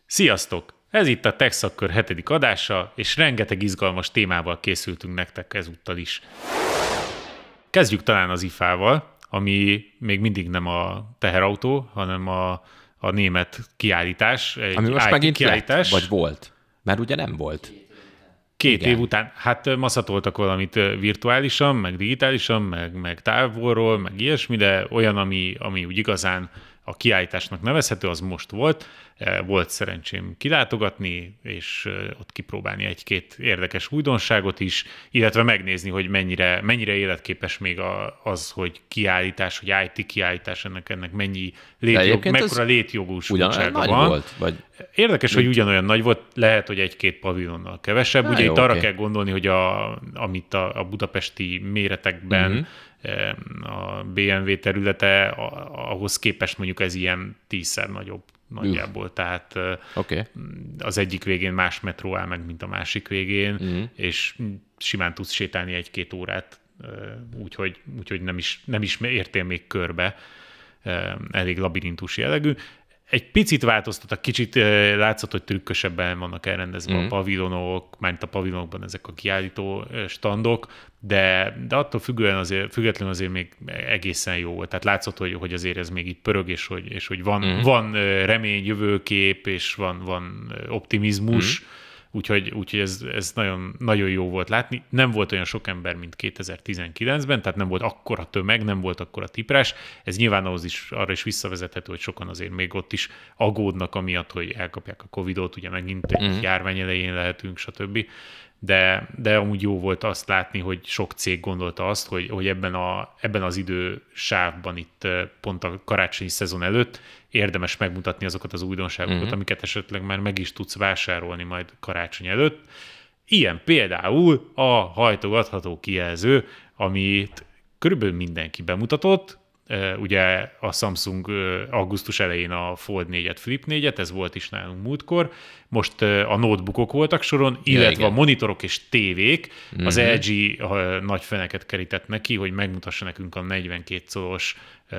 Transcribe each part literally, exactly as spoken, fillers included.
Sziasztok! Ez itt a Tech Szakkör hetedik adása, és rengeteg izgalmas témával készültünk nektek ezúttal is. Kezdjük talán az ifával, ami még mindig nem a teherautó, hanem a, a német kiállítás. Egy ami most i té megint kiállítás. lett, vagy volt? Mert ugye nem volt. Két Igen. év után, hát maszatoltak valamit virtuálisan, meg digitálisan, meg, meg távolról, meg ilyesmi, de olyan, ami, ami úgy igazán a kiállításnak nevezhető, az most volt. Volt szerencsém kilátogatni, és ott kipróbálni egy-két érdekes újdonságot is, illetve megnézni, hogy mennyire, mennyire életképes még az, hogy kiállítás, hogy i té kiállítás, ennek, ennek mennyi létjog, mekkora létjogosultsága van. Volt, vagy... Érdekes, hogy ugyanolyan nagy volt, lehet, hogy egy-két pavilonnal kevesebb. Há, ugye jó, itt arra okay. kell gondolni, hogy a, amit a, a budapesti méretekben uh-huh. a bé em vé területe, ahhoz képest mondjuk ez ilyen tízszer nagyobb nagyjából. Uh. Tehát okay. az egyik végén más metró áll meg, mint a másik végén, uh-huh. és simán tudsz sétálni egy-két órát, úgyhogy, úgyhogy nem is, nem is értél még körbe. Elég labirintus jellegű. Egy picit változtattak, kicsit látszott, hogy trükkösebben vannak elrendezve mm. a pavilonok, mert a pavilonokban ezek a kiállító standok, de, de attól függően azért, függetlenül azért még egészen jó volt. Tehát látszott, hogy, hogy azért ez még itt pörög, és hogy, és hogy van, mm. van remény, jövőkép, és van, van optimizmus, mm. úgyhogy, úgyhogy ez, ez nagyon, nagyon jó volt látni. Nem volt olyan sok ember, mint kétezer-tizenkilencben, tehát nem volt akkora tömeg, nem volt akkora tiprás. Ez nyilván ahhoz is, arra is visszavezethető, hogy sokan azért még ott is aggódnak amiatt, hogy elkapják a Covidot, ugye megint egy mm. járvány elején lehetünk, stb. De, de amúgy jó volt azt látni, hogy sok cég gondolta azt, hogy, hogy ebben, a, ebben az idősávban itt pont a karácsonyi szezon előtt érdemes megmutatni azokat az újdonságokat, uh-huh. amiket esetleg már meg is tudsz vásárolni majd karácsony előtt. Ilyen például a hajtogatható kijelző, amit körülbelül mindenki bemutatott. Ugye a Samsung augusztus elején a Fold négyet, Flip négyet, ez volt is nálunk múltkor. Most a notebookok voltak soron, illetve ja, a monitorok és tévék. Uh-huh. Az el gé nagy feneket kerített neki, hogy megmutassa nekünk a negyvenkét colos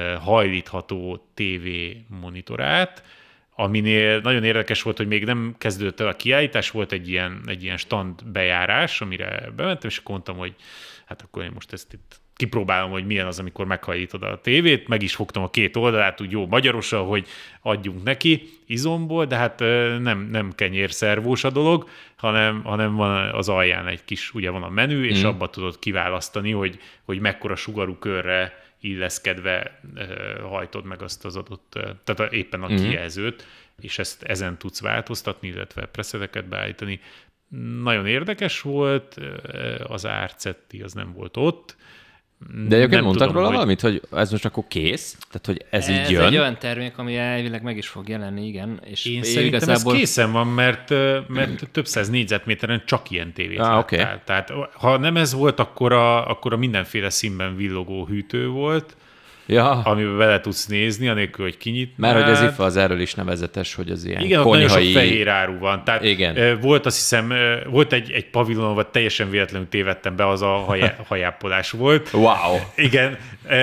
hajlítható tévé monitorát, aminél nagyon érdekes volt, hogy még nem kezdődött el a kiállítás, volt egy ilyen, egy ilyen stand bejárás, amire bementem, és akkor mondtam, hogy hát akkor én most ezt itt kipróbálom, hogy milyen az, amikor meghajlítod a tévét, meg is fogtam a két oldalát, úgy jó magyarosan, hogy adjunk neki izomból, de hát nem, nem kenyérszervós a dolog, hanem, hanem van az alján egy kis, ugye van a menü, és mm. abba tudod kiválasztani, hogy, hogy mekkora sugarú körre illeszkedve hajtod meg azt az adott, tehát éppen a mm. kijelzőt, és ezt ezen tudsz változtatni, illetve preszeteket beállítani. Nagyon érdekes volt, az árcetti az nem volt ott. De egyébként mondtak tudom, róla hogy... valamit, hogy ez most akkor kész? Tehát, hogy ez, ez így jön? Ez egy olyan termék, ami elvileg meg is fog jelenni, igen. És én szerintem igazából... ez készen van, mert, mert több száz négyzetméteren csak ilyen tévét ah, láttál. Okay. Tehát ha nem ez volt, akkor a, akkor a mindenféle színben villogó hűtő volt, ja. amiben vele tudsz nézni, anélkül, hogy kinyitnád. Mert hogy az ifa az erről is nevezetes, hogy az ilyen igen, konyhai... Igen, nagyon sok fehér áru van. Tehát igen. Volt azt hiszem, volt egy, egy pavilon, vagy teljesen véletlenül tévedtem be, az a hajá, hajápolás volt. Wow! Igen,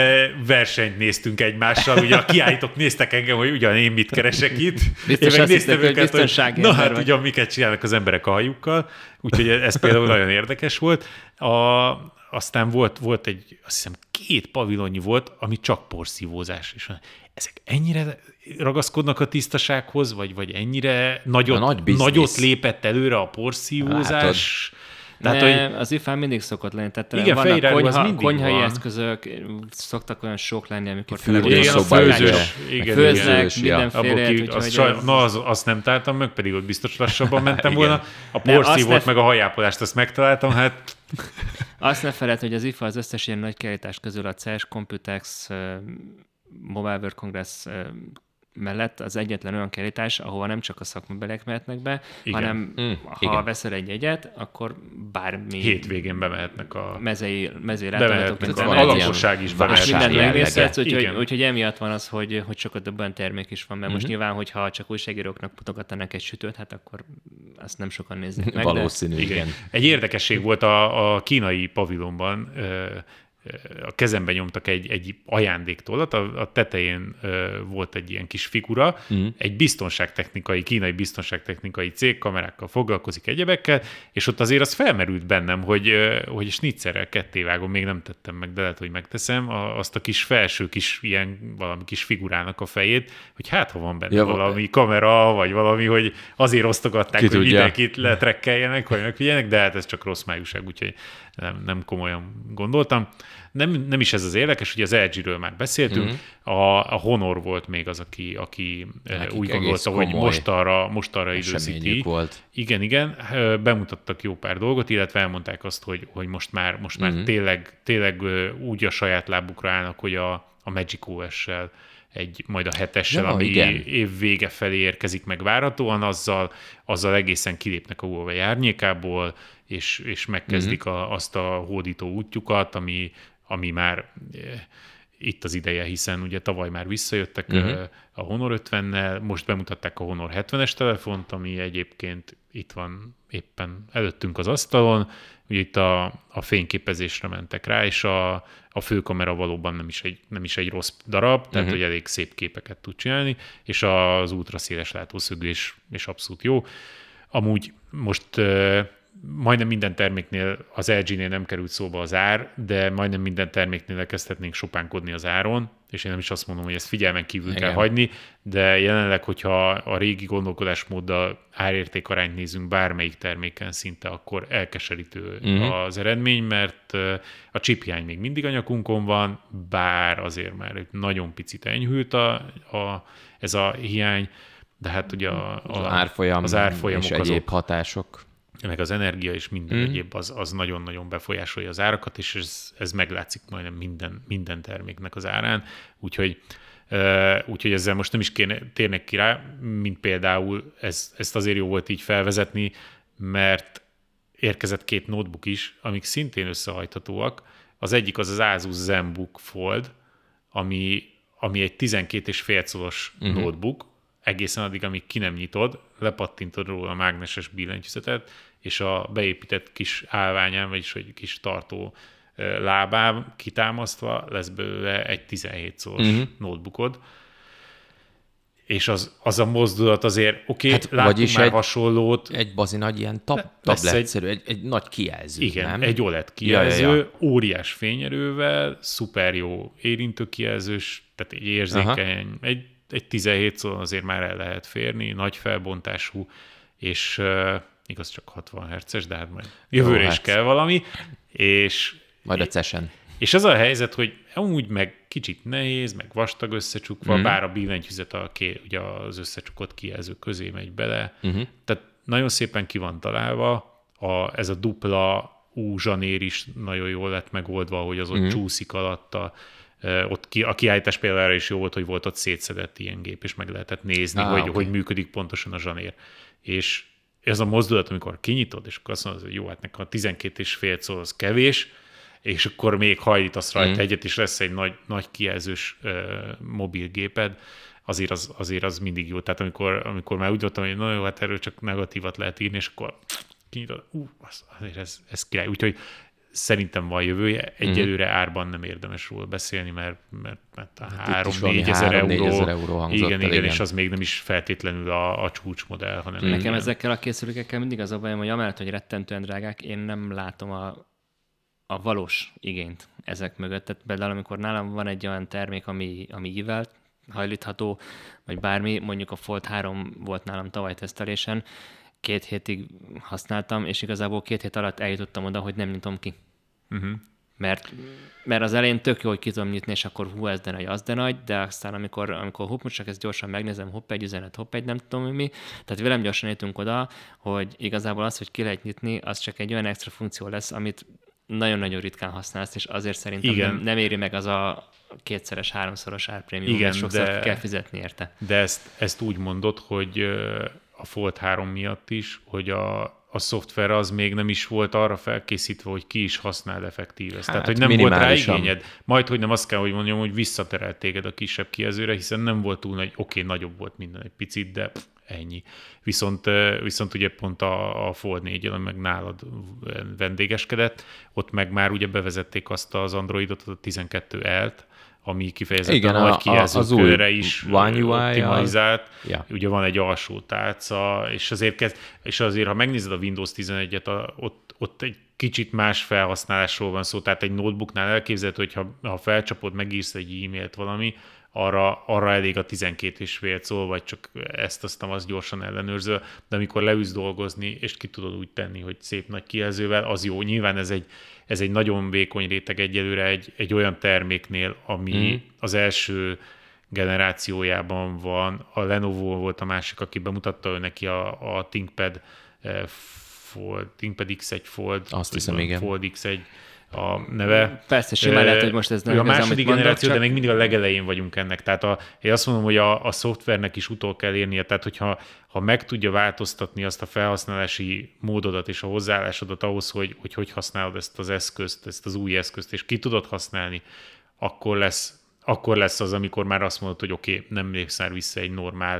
versenyt néztünk egymással, ugye a kiállítók néztek engem, hogy ugyan én mit keresek itt. Biztos én meg néztem őket, hogy na hát vagy. Ugyan miket csinálnak az emberek a hajukkal. Úgyhogy ez például nagyon érdekes volt. A Aztán volt, volt egy, azt hiszem, két pavilonnyi volt, ami csak porszívózás. És ezek ennyire ragaszkodnak a tisztasághoz, vagy, vagy ennyire nagyot, nagy nagyot lépett előre a porszívózás? Tehát, hogy... Az ifán mindig szokott lenni. Tehát igen, vannak konyha, konyhai van. Eszközök, szoktak olyan sok lenni, amikor igen, a főzős, igen, főznek, mindenféle. Ki, az saj, ez... Na, az, azt nem találtam meg, pedig ott biztos lassabban mentem volna. A porszívót, meg a hajápolást, azt megtaláltam, hát... Azt ne feled, hogy az ifa az összes ilyen nagy kiállítás közül a cé e es, Computex, Mobile World Congress mellett az egyetlen olyan kiállítás, ahova nem csak a szakmabeliek mehetnek be, igen. hanem mm, ha igen. veszel egy jegyet, akkor bármi... Hétvégén bemehetnek a... Mezei, mezei bemehetnek a, a lakosság is bemehetnek. Mindent megnézhetsz, úgyhogy, úgyhogy emiatt van az, hogy, hogy sokkal több olyan termék is van, mert mm-hmm. most nyilván, hogyha csak újságíróknak mutogatnak egy sütőt, hát akkor azt nem sokan néznek meg. Valószínű, de... igen. Egy érdekesség volt a, a kínai pavilonban, a kezembe nyomtak egy, egy ajándéktollat, a, a tetején volt egy ilyen kis figura, mm. egy biztonságtechnikai, kínai biztonságtechnikai cég, kamerákkal foglalkozik, egyebekkel, és ott azért az felmerült bennem, hogy, hogy snitzerrel kettévágom, még nem tettem meg, de lehet, hogy megteszem, azt a kis felső kis ilyen valami kis figurának a fejét, hogy hát ha van benne ja, valami kamera, vagy valami, hogy azért osztogatták, hogy tudja. Mindenkit letrekkeljenek, vagy megfigyeljenek, de hát ez csak rossz májúság, úgyhogy nem, nem komolyan gondoltam. Nem, nem is ez az érdekes, ugye az el gé-ről már beszéltünk, mm-hmm. a, a Honor volt még az, aki, aki úgy gondolta, hogy most arra, most arra időzíti. Volt. Igen, igen, bemutattak jó pár dolgot, illetve elmondták azt, hogy, hogy most már, most már mm-hmm. tényleg, tényleg úgy a saját lábukra állnak, hogy a, a Magic o es-sel egy, majd a hetessel, ja, ami igen. év vége felé érkezik meg várhatóan, azzal, azzal egészen kilépnek a Huawei árnyékából, és, és megkezdik mm-hmm. a, azt a hódító útjukat, ami, ami már e, itt az ideje, hiszen ugye tavaly már visszajöttek mm-hmm. a Honor ötvennel, most bemutatták a Honor hetvenes telefont, ami egyébként itt van éppen előttünk az asztalon, ugye itt a, a fényképezésre mentek rá, és a, a főkamera valóban nem is egy, nem is egy rossz darab, tehát uh-huh. hogy elég szép képeket tud csinálni, és az ultraszéles látószögű és, és abszolút jó. Amúgy most uh, majdnem minden terméknél, az el gé-nél nem került szóba az ár, de majdnem minden terméknél elkezdhetnénk sopánkodni az áron, és én nem is azt mondom, hogy ezt figyelmen kívül Igen. kell hagyni, de jelenleg, hogyha a régi gondolkodásmóddal árértékarányt nézünk bármelyik terméken szinte, akkor elkeserítő uh-huh. az eredmény, mert a chiphiány még mindig a nyakunkon van, bár azért már nagyon picit enyhült a, a, ez a hiány, de hát ugye a, a, az árfolyam az árfolyamok és egyéb azok, hatások, meg az energia és minden mm. egyéb, az, az nagyon-nagyon befolyásolja az árakat, és ez, ez meglátszik majdnem minden, minden terméknek az árán. Úgyhogy, uh, úgyhogy ezzel most nem is kéne, térnek ki rá, mint például ez, ezt azért jó volt így felvezetni, mert érkezett két notebook is, amik szintén összehajthatóak. Az egyik az az Asus ZenBook Fold, ami, ami egy tizenkét és fél colos mm-hmm. notebook, egészen addig, amíg ki nem nyitod, lepattintod róla a mágneses billentyűzetet, és a beépített kis állványán, vagyis egy kis tartó lábán kitámasztva lesz belőle egy tizenhét colos uh-huh. notebookod. És az, az a mozdulat azért, oké, okay, hát, láttunk már egy, hasonlót. Egy bazi nagy ilyen tab, tabletszerű, egy, egy nagy kijelző, igen, nem? egy o el e dé kijelző, ja, ja, ja. óriás fényerővel, szuper jó érintőkijelzős, tehát egy érzékeny, Aha. egy egy tizenhét szó azért már el lehet férni, nagy felbontású, és uh, igaz csak hatvan hertzes, de hát majd jövőre Jó, is hát. kell valami. És, majd a cesen. És az a helyzet, hogy amúgy meg kicsit nehéz, meg vastag összecsukva, mm. bár a billentyűzet a, ugye az összecsukott kijelző közé megy bele. Mm-hmm. Tehát nagyon szépen ki van találva. A, ez a dupla U zsanér is nagyon jól lett megoldva, hogy az ott mm. csúszik alatta. Uh, ott ki, a kiállítás például is jó volt, hogy volt ott szétszedett ilyen gép, és meg lehetett nézni, ah, hogy, okay. hogy működik pontosan a zsanér. És ez a mozdulat, amikor kinyitod, és akkor azt mondod, hogy jó, hát nekem a tizenkét és fél szó az kevés, és akkor még hajlítasz rajta mm. egyet, és lesz egy nagy, nagy kijelzős uh, mobilgéped, azért az, azért az mindig jó. Tehát amikor, amikor már úgy voltam, hogy na jó, hát erről csak negatívat lehet írni, és akkor kinyitod, ú, az, azért ez, ez király. Úgyhogy szerintem van jövője. Egyelőre mm. árban nem érdemes róla beszélni, mert, mert, mert a három-négy ezer euró, euró hangzott igen, igen, igen, és az még nem is feltétlenül a, a csúcsmodell, hanem... Mm. Nekem ezekkel a készülékekkel mindig az a bajom, hogy amellett, hogy rettentően drágák, én nem látom a, a valós igényt ezek mögött. Tehát például, amikor nálam van egy olyan termék, ami, ami ívelt, hajlítható, vagy bármi, mondjuk a Fold három volt nálam tavaly tesztelésen, két hétig használtam, és igazából két hét alatt eljutottam oda, hogy nem nyitom ki. Uh-huh. Mert, mert az elején tök jó, hogy ki tudom nyitni, és akkor hú, ez de nagy, az de nagy, de aztán amikor, amikor hopp, most csak ezt gyorsan megnézem, hopp egy üzenet, hopp egy nem tudom mi, tehát velem gyorsan jutunk oda, hogy igazából az, hogy ki lehet nyitni, az csak egy olyan extra funkció lesz, amit nagyon-nagyon ritkán használsz, és azért szerintem nem, nem éri meg az a kétszeres, háromszoros árprémium, mert sokszor de, kell fizetni érte. De ezt, ezt úgy mondod, hogy a Fold három miatt is, hogy a, a szoftver az még nem is volt arra felkészítve, hogy ki is használ effektíve. Hát, Tehát, hogy nem volt rá igényed. Majd, hogy nem azt kell, hogy mondjam, hogy visszaterelt téged a kisebb kijelzőre, hiszen nem volt túl nagy, oké, nagyobb volt minden egy picit, de ennyi. Viszont, viszont ugye pont a, a Fold négy, meg nálad vendégeskedett, ott meg már ugye bevezették azt az Androidot, a tizenkettő el-t, ami kifejezetten igen, a nagy kijelzőkörre is One U I optimalizált. Ja. Ugye van egy alsó tálca, és azért, kezd, és azért ha megnézed a Windows tizenegyet, a, ott, ott egy kicsit más felhasználásról van szó, tehát egy notebooknál elképzelhető, hogy ha, ha felcsapod, megírsz egy e-mailt valami, arra, arra elég a tizenkét és fél szól, vagy csak ezt aztán azt gyorsan ellenőrzöl, de amikor leülsz dolgozni, és ki tudod úgy tenni, hogy szép nagy kijelzővel, az jó. Nyilván ez egy, ez egy nagyon vékony réteg egyelőre egy, egy olyan terméknél, ami mm. az első generációjában van. A Lenovo volt a másik, aki bemutatta ő neki a, a ThinkPad Fold, ThinkPad iksz egy Fold, azt hiszem, igen. Fold iksz egy a neve. Persze, simán lehet, hogy most ez nem a második mondok, generáció, csak... de még mindig a legelején vagyunk ennek. Tehát a, én azt mondom, hogy a, a szoftvernek is utol kell érnie, tehát hogyha ha meg tudja változtatni azt a felhasználási módodat és a hozzáállásodat ahhoz, hogy hogy, hogy használod ezt az eszközt, ezt az új eszközt, és ki tudod használni, akkor lesz, akkor lesz az, amikor már azt mondod, hogy oké, okay, nem lépsz már vissza egy normál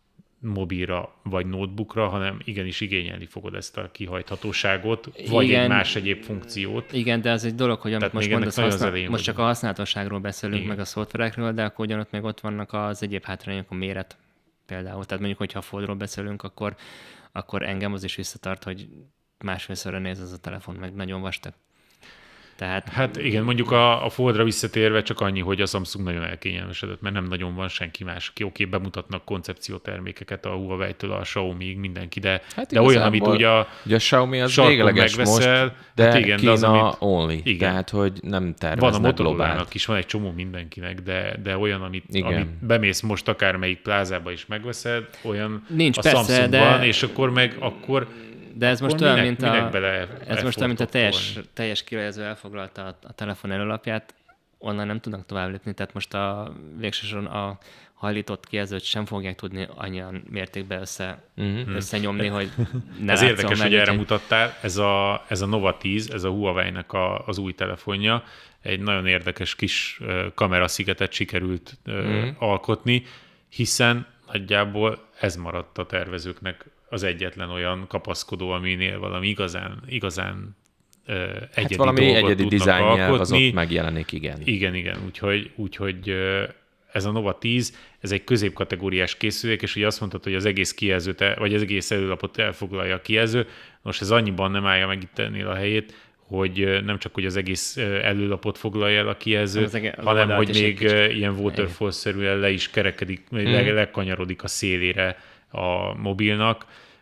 mobilra vagy notebookra, hanem igenis igényelni fogod ezt a kihajthatóságot, vagy igen, egy más egyéb funkciót. Igen, de az egy dolog, hogy amit most mondasz, használ, most csak a használhatóságról beszélünk, igen. meg a szoftverekről, de akkor ugyanott még ott vannak az egyéb hátrányok, a méret például. Tehát mondjuk, hogyha a Foldról beszélünk, akkor, akkor engem az is visszatart, hogy másfélszörre néz az a telefon, meg nagyon vastag. Tehát... Hát igen, mondjuk a, a Foldra visszatérve csak annyi, hogy a Samsung nagyon elkényelmesedett, mert nem nagyon van senki más, aki oké, bemutatnak koncepciótermékeket a Huawei-től a Xiaomi-ig mindenki, de, hát de olyan, amit ugye a, ugye a Xiaomi az végleges most, de hát igen, Kína de az, amit, only, igen. Tehát hogy nem terveznek van a Motorola-nak is, van egy csomó mindenkinek, de, de olyan, amit, amit bemész most akármelyik plázába is megveszed, olyan nincs, a persze, Samsungban, de... és akkor meg akkor De ez most olyan, mint a, bele, ez most olyan, mint a teljes, teljes kijelző elfoglalta a, a telefon előlapját, onnan nem tudnak tovább lépni, tehát most a végsősoron a hajlított kijelzőt sem fogják tudni annyian mértékben össze, mm-hmm. összenyomni, hogy ne ez érdekes, meg, hogy erre mutattál, ez a, ez a Nova tíz, ez a Huawei-nek a, az új telefonja, egy nagyon érdekes kis kameraszigetet sikerült mm. alkotni, hiszen nagyjából ez maradt a tervezőknek az egyetlen olyan kapaszkodó, aminél valami igazán, igazán uh, egyedi hát valami dolgot egyedi dizájnnyel az ott megjelenik, igen. Igen, igen, úgyhogy, úgyhogy uh, ez a Nova tíz, ez egy középkategóriás készülék, és ugye azt mondtad, hogy az egész kijelzőt, vagy az egész előlapot elfoglalja a kijelző. Most ez annyiban nem állja meg itt ennél a helyét, hogy nem csak, hogy az egész előlapot foglalja el a kijelző, az ege- hanem, hogy még ilyen waterfall-szerűen le is kerekedik, hmm. le, lekanyarodik a szélére a mobilnak,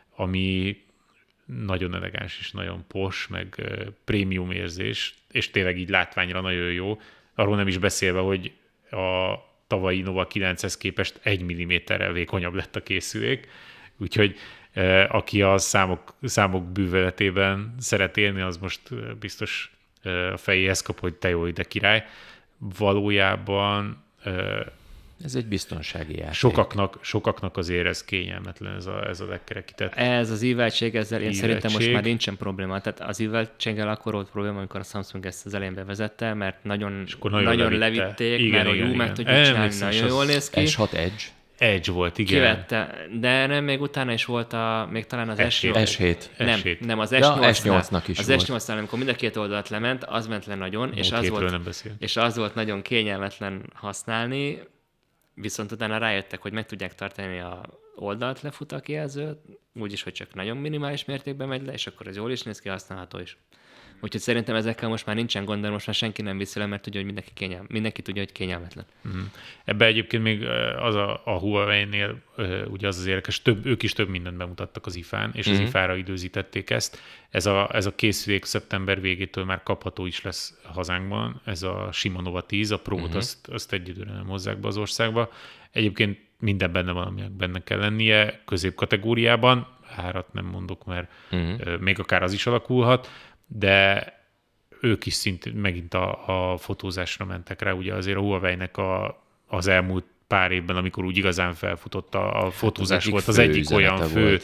ami nagyon elegáns és nagyon pos, meg prémium érzés, és tényleg így látványra nagyon jó. Arról nem is beszélve, hogy a tavalyi Nova kilenchez képest egy milliméterrel vékonyabb lett a készülék, úgyhogy aki a számok, számok bűvöletében szeret élni, az most biztos a fejéhez kap, hogy te jó, ide király. Valójában ez egy biztonsági játék. Sokaknak, sokaknak azért ez kényelmetlen, ez a, ez a legkerekített. Ez az íveltség, ezzel én íveltség. Szerintem most már nincsen probléma. Tehát az íveltséggel akkor volt probléma, amikor a Samsung ezt az elején bevezette, mert nagyon, nagyon, nagyon levitték, igen, mert igen, hogy ú, meg tudjuk csinálni, nagyon jól néz ki. es hat Edge. Edge volt, igen. Kivette, de nem, még utána is volt a, még talán az es hét. es hét. Nem, nem, az es nyolcnak is az volt. es nyolcnál, amikor mind a két oldalt lement, az ment le nagyon, és az, volt, és az volt nagyon kényelmetlen használni, viszont utána rájöttek, hogy meg tudják tartani a oldalt lefut a kijelzőt, úgyis, hogy csak nagyon minimális mértékben megy le, és akkor ez jól is néz ki, használható is. Úgyhogy szerintem ezekkel most már nincsen gond, de most már senki nem viszi le, mert tudja, hogy mindenki, kényel, mindenki tudja, hogy kényelmetlen. Mm. Ebben egyébként még az a, a Huawei-nél ugye az az érdekes, több, ők is több mindent bemutattak az i fán, és mm. az i fára időzítették ezt. Ez a, ez a készülék szeptember végétől már kapható is lesz hazánkban. Ez a sima Nova tíz, a Pro-t mm. azt, azt egy időre nem hozzák be az országba. Egyébként minden benne van, aminek benne kell lennie, középkategóriában. Árat nem mondok, mert mm. még akár az is alakulhat, de ők is szintén megint a, a fotózásra mentek rá. Ugye azért a Huawei-nek a, az elmúlt pár évben, amikor úgy igazán felfutott a, a fotózás, az volt az egyik olyan fő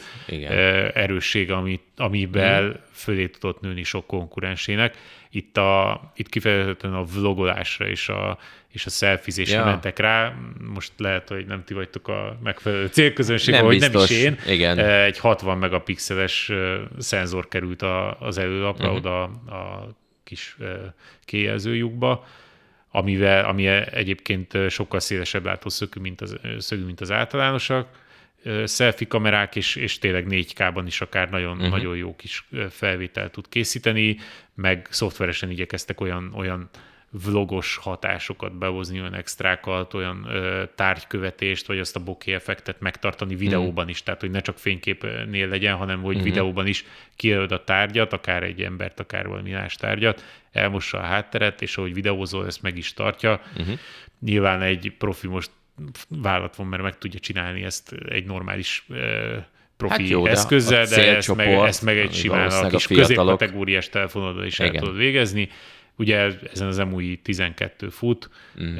erősség, ami, amiben mm. fölé tudott nőni sok konkurensének. Itt, a, itt kifejezetten a vlogolásra és a, és a selfizésre ja. mentek rá. Most lehet, hogy nem ti vagytok a megfelelő célközönség, vagy nem is én. Igen. Egy hatvan megapixeles szenzor került a, az előlapra, uh-huh. oda a kis kijelzőjukba, amivel, ami egyébként sokkal szélesebb látószögű, mint az, szögű, mint az általánosak. Selfie kamerák, és, és tényleg négy ká-ban is akár nagyon, uh-huh. nagyon jó kis felvételt tud készíteni, meg szoftveresen igyekeztek olyan, olyan vlogos hatásokat behozni, olyan extrákat, olyan ö, tárgykövetést, vagy azt a bokeh effektet megtartani videóban mm. is, tehát hogy ne csak fényképnél legyen, hanem hogy mm-hmm. videóban is kijelöd a tárgyat, akár egy embert, akár valami más tárgyat, elmossa a hátteret, és ahogy videózol, ezt meg is tartja. Mm-hmm. Nyilván egy profi most vállalat van, mert meg tudja csinálni ezt egy normális ö, profi hát jó, eszközzel, de, de ezt, meg, ezt meg egy simán a kis középkategóriás telefonodon is el tudod végezni. Ugye ezen az em u i tizenkettő fut, mm.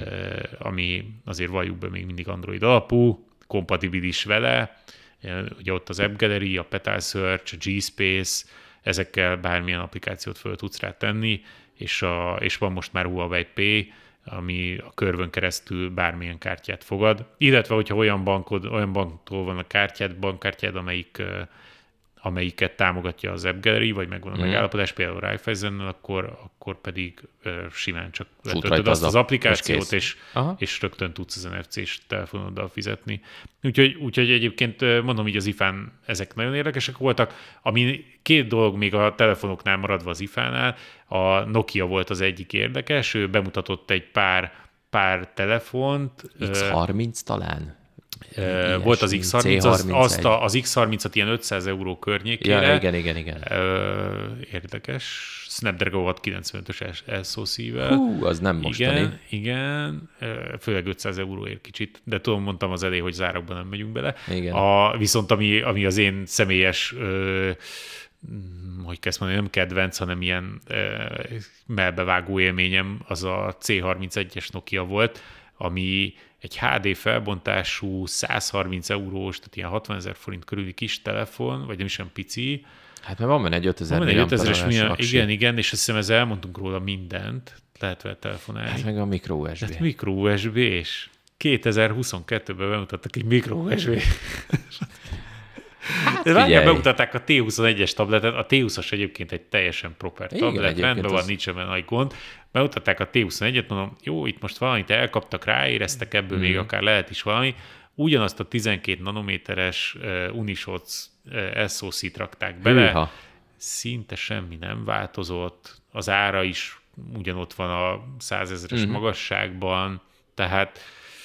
ami azért valljuk be még mindig Android alapú, kompatibilis vele, ugye ott az App Gallery, a Petal Search, a G-Space, ezekkel bármilyen applikációt föl tudsz rá tenni, és, a, és van most már Huawei Pay, ami a körvön keresztül bármilyen kártyát fogad, illetve hogyha olyan bankod, olyan banktól van a kártyád, bankkártyád, amelyik amelyiket támogatja az App Gallery, vagy megvan a mm. megállapodás, például Raiffeisennel, akkor, akkor pedig uh, simán csak letöltöd azt az, az applikációt, és, és rögtön tudsz az en ef cés telefonoddal fizetni. Úgyhogy, úgyhogy egyébként mondom, így az ifán ezek nagyon érdekesek voltak. Ami két dolog még a telefonoknál maradva az ifánál, a Nokia volt az egyik érdekes, ő bemutatott egy pár, pár telefont. iksz harminc talán? Ilyesmi, volt az iksz harminc, az, azt a, az iksz harmincat ilyen ötszáz euró környékére. Ja, igen, igen, igen. Érdekes. Snapdragon hatszázkilencvenötös es o cé-vel. Hú, az nem mostani. Igen, igen. Főleg ötszáz euróért kicsit, de tudom, mondtam az elé, hogy zárakban nem megyünk bele. Igen. A, viszont ami, ami az én személyes ö, hogy kezd mondani, nem kedvenc, hanem ilyen ö, melbevágó élményem, az a cé harmincegyes Nokia volt, ami egy há dé felbontású, száz harminc eurós, tehát ilyen hatvanezer forint körüli kis telefon, vagy nem is olyan pici. Hát mert van benne egy ötezer milliamperes. Igen, igen, és azt hiszem ezzel elmondtunk róla mindent, lehet vele telefonálni. Hát meg a micro u es bé. Hát micro u es bé-s. kétezer-huszonkettőben bemutattak egy micro u es bé. Hát de várjál, bemutatták a té huszonegyes tabletet, a té húszas egyébként egy teljesen proper tablet, rendben van, az... nincs ebben nagy gond. Bemutatták a té huszonegyet, mondom, jó, itt most valamit elkaptak, ráéreztek, ebből mm. még akár lehet is valami. Ugyanazt a tizenkét nanométeres uh, Unisoc uh, es o cét rakták bele, Hűha. Szinte semmi nem változott, az ára is ugyanott van a százezres mm. magasságban, tehát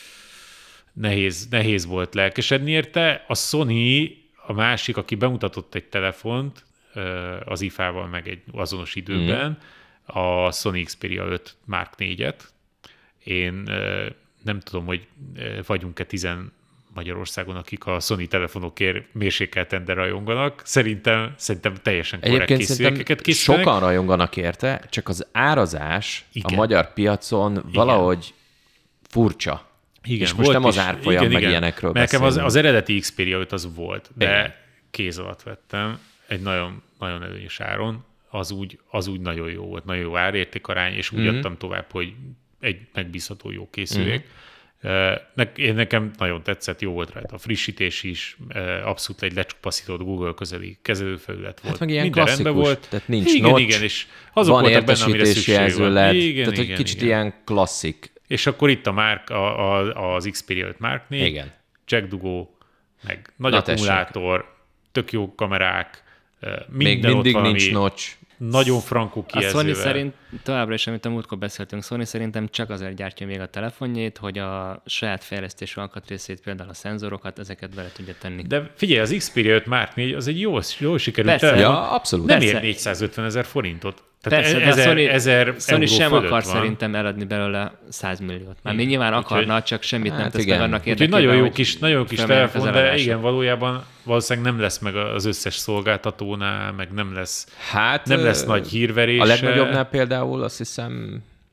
nehéz, nehéz volt lelkesedni érte. A Sony, a másik, aki bemutatott egy telefont az ifával meg egy azonos időben, mm. a Sony Xperia öt Mark négyet. Én nem tudom, hogy vagyunk-e tizen Magyarországon, akik a Sony telefonokért mérsékelten de rajonganak. Szerintem, szerintem teljesen korrekt készülékeket készítenek. Sokan rajonganak érte, csak az árazás igen. a magyar piacon igen. valahogy furcsa. Igen, és most nem az árfolyam igen, meg igen. ilyenekről Mert nekem az, az eredeti Xperia öt az volt, de igen. kéz alatt vettem egy nagyon, nagyon előnyös áron, az úgy, az úgy nagyon jó volt, nagyon jó árértékarány, és úgy mm-hmm. adtam tovább, hogy egy megbízható jó készülék. Mm-hmm. Én nekem nagyon tetszett, jó volt rajta a frissítés is, abszolút egy lecsupaszított Google közeli kezelőfelület volt. Hát meg ilyen minden klasszikus, volt. Tehát nincs igen, notch, igen, és azok van voltak benne, amire szükség van. Led, igen, tehát igen, hogy kicsit igen. ilyen klasszik. És akkor itt a Mark, a, a, az Xperia öt Mark négy, igen. jackdugó, meg nagy Na akkumulátor, tessék. Tök jó kamerák, minden még mindig ott nincs notch. Nagyon frankó kijelzővel. A Sony szerint, továbbra is, amit a múltkor beszéltünk, Sony szerintem csak azért gyártja még a telefonjét, hogy a saját fejlesztésű alkatrészét, például a szenzorokat, ezeket bele tudja tenni. De figyelj, az Xperia öt Mark négy az egy jó, jó sikerült telefon. Ja, abszolút. Nem Persze. ér négyszázötven ezer forintot. Tehát Persze, ezer, de a Sony, ezer Sony sem akar van. szerintem eladni belőle száz milliót. Már még nyilván akarna, úgy, csak semmit hát nem tesz meg annak érdekében. Nagyon jó kis, nagyon jó kis telefon, de igen, valójában valószínűleg nem lesz meg az összes szolgáltatónál, meg nem lesz, hát, nem lesz nagy hírverése. A legnagyobbnál például azt hiszem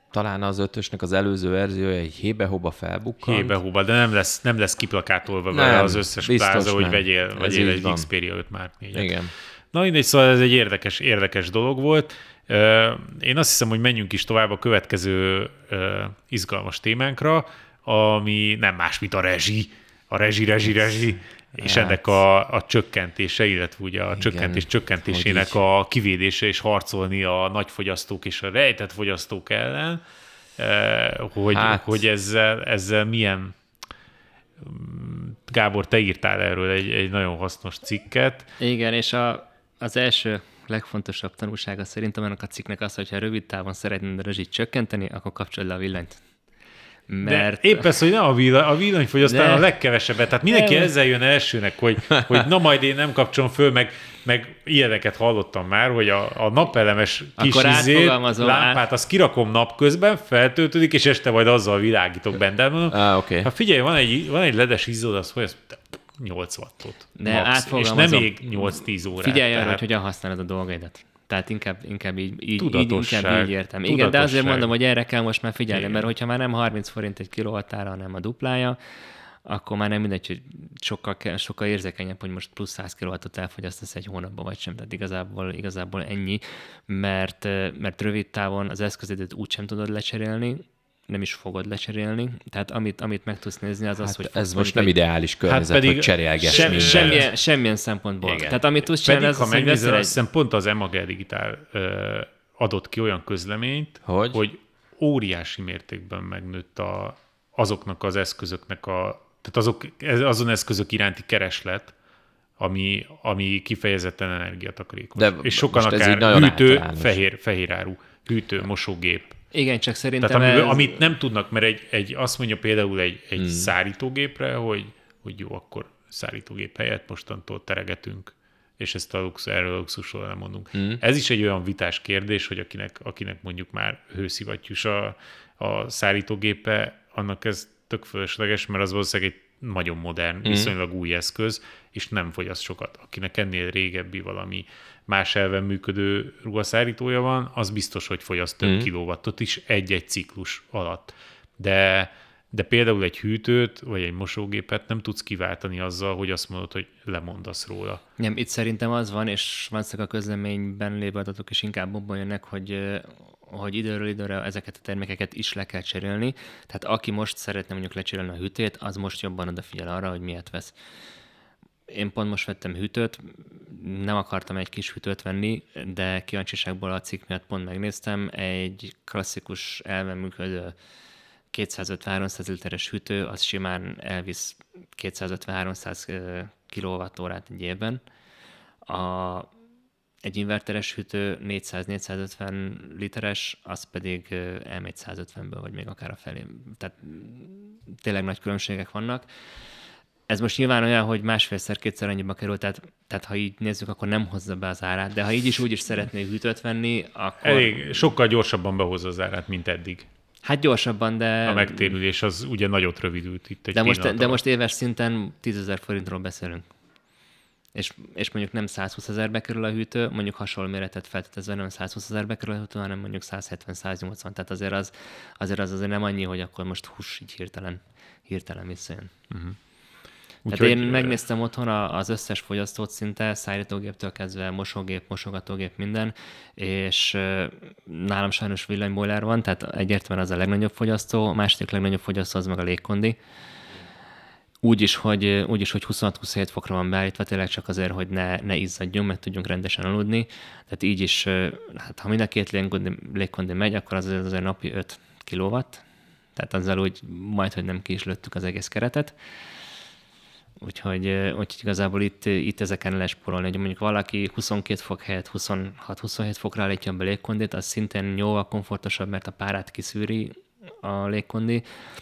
talán az ötösnek az előző verziója egy hébe-hóba felbukkant. Hébe-hóba, de nem lesz, nem lesz kiplakátolva vele az összes pláza, hogy vegyél, vegyél egy van. Xperia öt Mark négyet. Igen. Na mindegy, szóval ez egy érdekes, érdekes dolog volt. Én azt hiszem, hogy menjünk is tovább a következő izgalmas témánkra, ami nem más, mint a rezsi. A rezsi, rezsi, rezsi. És hát, ennek a, a csökkentése, illetve ugye a igen, csökkentés csökkentésének a kivédése és harcolni a nagyfogyasztók és a rejtett fogyasztók ellen, hogy, hát. hogy ezzel, ezzel milyen... Gábor, te írtál erről egy, egy nagyon hasznos cikket. Igen, és a, az első legfontosabb tanulsága szerintem ennek a cikknek az, hogyha rövid távon szeretnéd a rezsit csökkenteni, akkor kapcsold le a villanyt. Mert... De épp ez, hogy nem a, villany, a villanyfogyasztás de... a legkevesebbet. Tehát mindenki de... ezzel jön elsőnek, hogy, hogy na majd én nem kapcsolom föl, meg, meg ilyeneket hallottam már, hogy a, a napelemes kis izét, lámpát, át... azt kirakom napközben, feltöltődik, és este majd azzal világítok benne. Ah, okay. Hát figyelj, van egy, van egy ledes izzód, az hogy az nyolc wattot. De max, és nem még nyolc-tíz órát. Figyelj arra, hogy hogyan használod a dolgaidat. Tehát inkább, inkább így, így, így, inkább így értem. Igen, de azért mondom, hogy erre kell most már figyelni, igen. Mert hogyha már nem harminc forint egy kilowattára, hanem a duplája, akkor már nem mindegy, hogy sokkal, sokkal érzékenyebb, hogy most plusz száz kilowattot elfogyasztasz egy hónapban, vagy sem. Tehát igazából, igazából ennyi, mert, mert rövid távon az eszközödet úgysem tudod lecserélni, nem is fogod lecserélni. Tehát amit, amit meg tudsz nézni, az hát az, hogy... Ez most nem egy ideális környezet, hát hogy cserélgess sem, minden. Semmilyen, semmilyen szempontból. Igen. Tehát amit tudsz csinálni, az, ha megnézed, azt hiszem pont az Emage Digitál ö, adott ki olyan közleményt, hogy, hogy óriási mértékben megnőtt a, azoknak az eszközöknek a... Tehát azok, azon eszközök iránti kereslet, ami, ami kifejezetten energiatakarékos. De és sokan akár hűtő, fehér, fehér áru, hűtő, mosógép. Igen, csak szerintem Tehát amiből, ez... amit nem tudnak, mert egy, egy, azt mondja például egy, egy hmm. szárítógépre, hogy, hogy jó, akkor szárítógép helyett mostantól teregetünk, és ezt a luxus, erről a luxusról nem mondunk. Hmm. Ez is egy olyan vitás kérdés, hogy akinek, akinek mondjuk már hőszivattyús a, a szárítógépe, annak ez tök fölösleges, mert az valószínűleg egy nagyon modern, hmm. viszonylag új eszköz, és nem fogyaszt sokat. Akinek ennél régebbi valami más elven működő ruhaszárítója van, az biztos, hogy fogyaszt több mm. kilowattot is egy-egy ciklus alatt. De, de például egy hűtőt, vagy egy mosógépet nem tudsz kiváltani azzal, hogy azt mondod, hogy lemondasz róla. Nem, itt szerintem az van, és valószínűleg a közleményben lévő adatok is inkább abban jönnek, hogy, hogy időről időre ezeket a termékeket is le kell cserélni. Tehát aki most szeretne mondjuk lecserélni a hűtőt, az most jobban odafigyel arra, hogy miért vesz. Én pont most vettem hűtőt, nem akartam egy kis hűtőt venni, de kíváncsiságból a cikk miatt pont megnéztem, egy klasszikus elven működő kétszázötven-háromszáz literes hűtő, az simán elvisz kétszázötven-háromszáz kilowattórát egy évben. A, egy inverteres hűtő négyszáz-négyszázötven literes, az pedig elmegy százötvenből, vagy még akár a felé. Tehát tényleg nagy különbségek vannak. Ez most nyilván olyan, hogy másfélszer-kétszer annyiba kerül, tehát, tehát ha így nézzük, akkor nem hozza be az árát, de ha így is úgy is szeretnék hűtőt venni, akkor... Elég, sokkal gyorsabban behozza az árát, mint eddig. Hát gyorsabban, de... A megtérülés az ugye nagyot rövidült itt egy de most, de most éves szinten tízezer forintról beszélünk. És, és mondjuk nem százhúszezerbe kerül a hűtő, mondjuk hasonló méretet feltételezve nem százhúszezerbe kerül a hűtő, hanem mondjuk százhetven-száznyolcvan. Tehát azért az azért, az azért nem annyi, hogy akkor most hús így hirtelen, hirtelen visszajön. Uh-huh. Tehát én megnéztem otthon az összes fogyasztót szinte, szállítógéptől kezdve mosógép, mosogatógép, minden, és nálam sajnos villanybojler van, tehát egyértelműen az a legnagyobb fogyasztó, a második legnagyobb fogyasztó az meg a légkondi. Úgy is, hogy, úgy is, hogy huszonhat-huszonhét fokra van beállítva, tényleg csak azért, hogy ne, ne izzadjon, meg tudjunk rendesen aludni. Tehát így is, hát ha mind a két légkondi, légkondi megy, akkor az azért napi öt kilowatt, tehát azzal úgy majd, hogy nem ki is lőttük az egész keretet. Úgyhogy, úgyhogy igazából itt, itt ezeken lespórolni, hogy mondjuk valaki huszonkét fok helyett huszonhat-huszonhét fokra állítja be légkondit, az szintén jóval komfortosabb, mert a párát kiszűri a légkondi,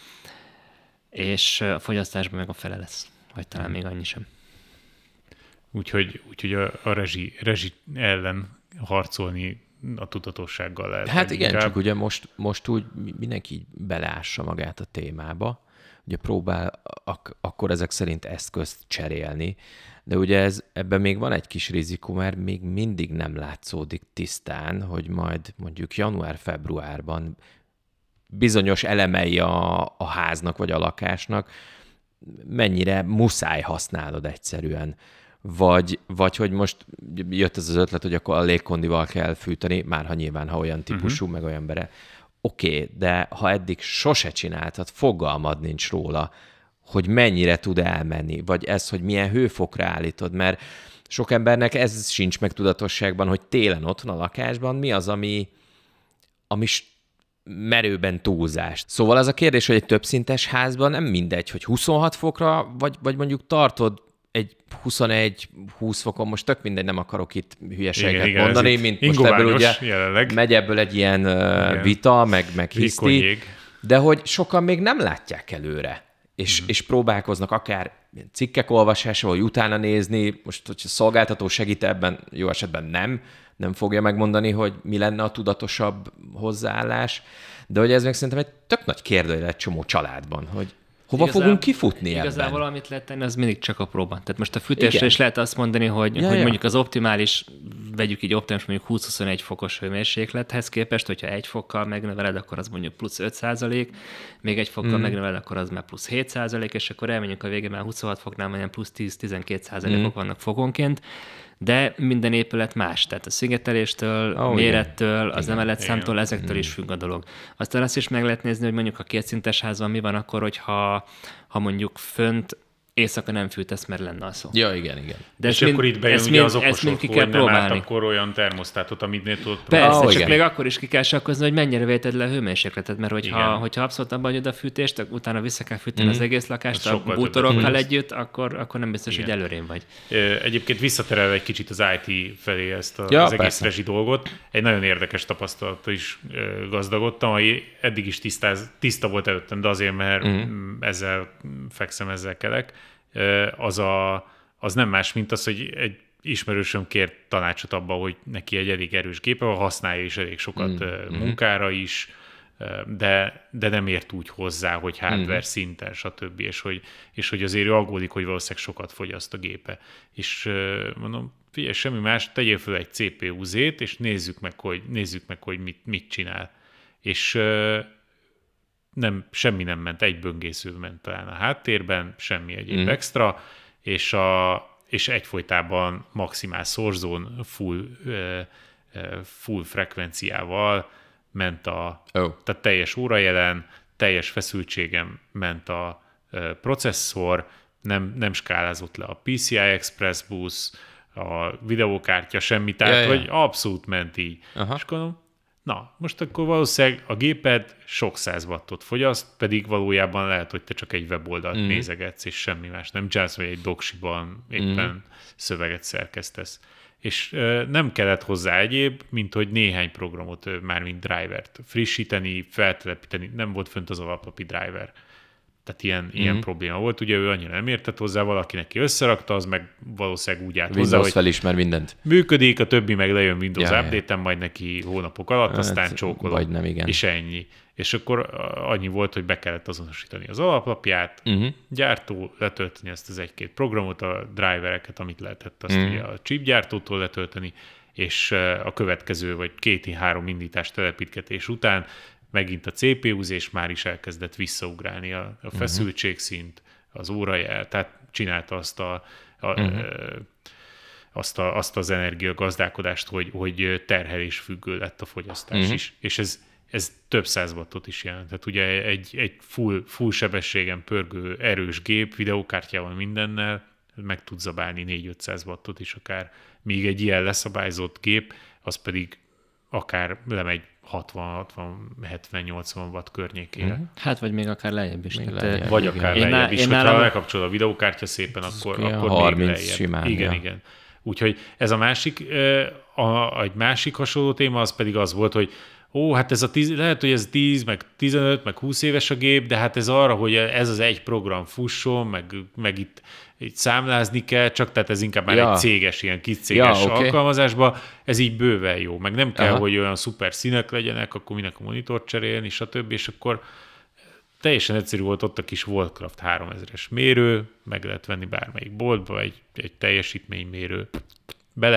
és a fogyasztásban meg a fele lesz, vagy talán még annyi sem. Úgyhogy, úgyhogy a, a rezsi, rezsi ellen harcolni a tudatossággal lehet. Hát igen, inkább. Csak ugye most, most úgy mindenki így beleássa magát a témába, ugye próbál ak- akkor ezek szerint eszközt cserélni, de ugye ez, ebben még van egy kis rizikó, mert még mindig nem látszódik tisztán, hogy majd mondjuk január-februárban bizonyos elemei a, a háznak vagy a lakásnak, mennyire muszáj használod egyszerűen. Vagy, vagy hogy most jött ez az ötlet, hogy akkor a légkondival kell fűteni, már ha nyilván, ha olyan típusú, uh-huh. meg olyan bere. Oké, okay, de ha eddig sose csináltad, fogalmad nincs róla, hogy mennyire tud elmenni, vagy ez, hogy milyen hőfokra állítod, mert sok embernek ez sincs meg tudatosságban, hogy télen otthon a lakásban mi az, ami, ami merőben túlzás. Szóval az a kérdés, hogy egy többszintes házban nem mindegy, hogy huszonhat fokra, vagy, vagy mondjuk tartod egy huszonegy-húsz fokon, most tök mindegy, nem akarok itt hülyeséget igen, mondani, igen, mint most ebből ugye jelenleg. Megy ebből egy ilyen igen. vita, meg, meg hiszti, de hogy sokan még nem látják előre, és, mm. és próbálkoznak akár cikkek olvasása, vagy utána nézni, most hogyha szolgáltató segít ebben, jó esetben nem, nem fogja megmondani, hogy mi lenne a tudatosabb hozzáállás, de hogy ez meg szerintem egy tök nagy kérdőjel egy csomó családban, hogy hova igazából, fogunk kifutni ebben? Igazából amit lehet tenni, az mindig csak a próba. Tehát most a fűtésre is lehet azt mondani, hogy, ja, hogy ja. mondjuk az optimális, vegyük így optimális mondjuk húsz-huszonegy fokos hőmérséklethez képest, hogyha egy fokkal megnöveled, akkor az mondjuk plusz öt százalék, még egy fokkal mm. megnöveled, akkor az már plusz hét százalék, és akkor elmenjünk a végén, már huszonhat foknál mondjuk plusz tíz-tizenkét százalékok mm. vannak fokonként. De minden épület más, tehát a szigeteléstől, oh, mérettől, igen. az emeletszámtól, ezektől mm. is függ a dolog. Aztán azt is meg lehet nézni, hogy mondjuk a kétszintes házban mi van akkor, hogyha ha mondjuk fönt éjszaka nem fűtesz, mert lenne a szó. Ja, igen, igen. De és akkor itt bejön ugye az okosok, hogy nem állt akkor olyan termosztátot, amit né tudod próbálni. Persze, oh, csak igen. még akkor is ki kell sakkozni, hogy mennyire véted le a hőmérsékletet, mert hogyha, hogyha abszolút abban hagyod a fűtést, utána vissza kell fűteni mm. az egész lakást a bútorokkal együtt, akkor, akkor nem biztos, igen. hogy előrén vagy. Egyébként visszaterelve egy kicsit az i té felé ezt a, ja, az egész rezsi dolgot, egy nagyon érdekes tapasztalat is gazdagodtam, ami eddig is tisztáz, tiszta volt előttem, de azért, mert mm. ezzel fekszem, ezzel kelek. Az, a, az nem más, mint az, hogy egy ismerősöm kért tanácsot abban, hogy neki egy elég erős gépe, használja is elég sokat mm. munkára is, de, de nem ért úgy hozzá, hogy hardware mm. szinten, stb. És hogy, és hogy azért ő aggódik, hogy valószínűleg sokat fogyaszt a gépe. És mondom, figyelj, semmi más, tegyél fel egy cé pé u zét, és nézzük meg, hogy, nézzük meg, hogy mit, mit csinál. És nem, semmi nem ment, egy böngésző ment talán a háttérben, semmi egyéb mm. extra, és, a, és egyfolytában maximál szorzón, full, full frekvenciával ment a oh. tehát teljes órajelen, teljes feszültségem ment a processzor, nem, nem skálázott le a pé cé i Express busz, a videókártya, semmi, tehát ja, ja. hogy abszolút ment így. Aha. És gondolom, na, most akkor valószínűleg a géped sok száz wattot fogyaszt, pedig valójában lehet, hogy te csak egy weboldalt mm. nézegetsz, és semmi más nem csinálsz, vagy egy doksiban éppen mm. szöveget szerkesztesz. És ö, nem kellett hozzá egyéb, mint hogy néhány programot, ö, már mint drivert frissíteni, feltelepíteni, nem volt fönt az alaplapi driver. Tehát ilyen, mm. ilyen probléma volt. Ugye ő annyira nem értett hozzá, valaki neki összerakta, az meg valószínűleg úgy állt Windows hozzá, hogy felismer mindent. Működik, a többi meg lejön Windows ja, update-en, majd neki hónapok alatt, hát, aztán csókolom, vagy nem, igen. és ennyi. És akkor annyi volt, hogy be kellett azonosítani az alaplapját, uh-huh. gyártó, letölteni ezt az egy-két programot, a drivereket, amit lehetett azt uh-huh. ugye a chip gyártótól letölteni, és a következő, vagy két-három indítás telepítgetés után megint a cé pé u-zés már is elkezdett visszaugrálni a, a feszültségszint, az órajel, tehát csinálta azt a, a uh-huh. e, azt, a, azt az energiagazdálkodást, hogy, hogy terhelésfüggő lett a fogyasztás uh-huh. is. És ez, ez több száz wattot is jelent. Tehát ugye egy, egy full, full sebességen pörgő erős gép, videókártyával, mindennel meg tud zabálni négy-ötszáz wattot is akár. Míg egy ilyen leszabályzott gép, az pedig akár lemegy hatvan-hatvan-hetven-nyolcvan watt környékére. Mm-hmm. Hát, vagy még akár lejjebb is. Még lejjebb. Vagy akár én lejjebb is. Hogyha nálam... lekapcsol a videókártya szépen, akkor, akkor még lejjebb. Simán, igen, ja. igen. Úgyhogy ez a másik, a, egy másik hasonló téma, az pedig az volt, hogy ó, hát ez a tíz, lehet, hogy ez tíz, meg tizenöt, meg húsz éves a gép, de hát ez arra, hogy ez az egy program fusson, meg, meg itt, itt számlázni kell, csak tehát ez inkább már ja. egy céges, ilyen kis céges ja, okay. alkalmazásban, ez így bőven jó, meg nem kell, Aha. hogy olyan szuper színek legyenek, akkor minek a monitort cserélni, stb. És akkor teljesen egyszerű volt ott a kis Voltcraft háromezres mérő, meg lehet venni bármelyik boltba, egy, egy teljesítménymérő, bele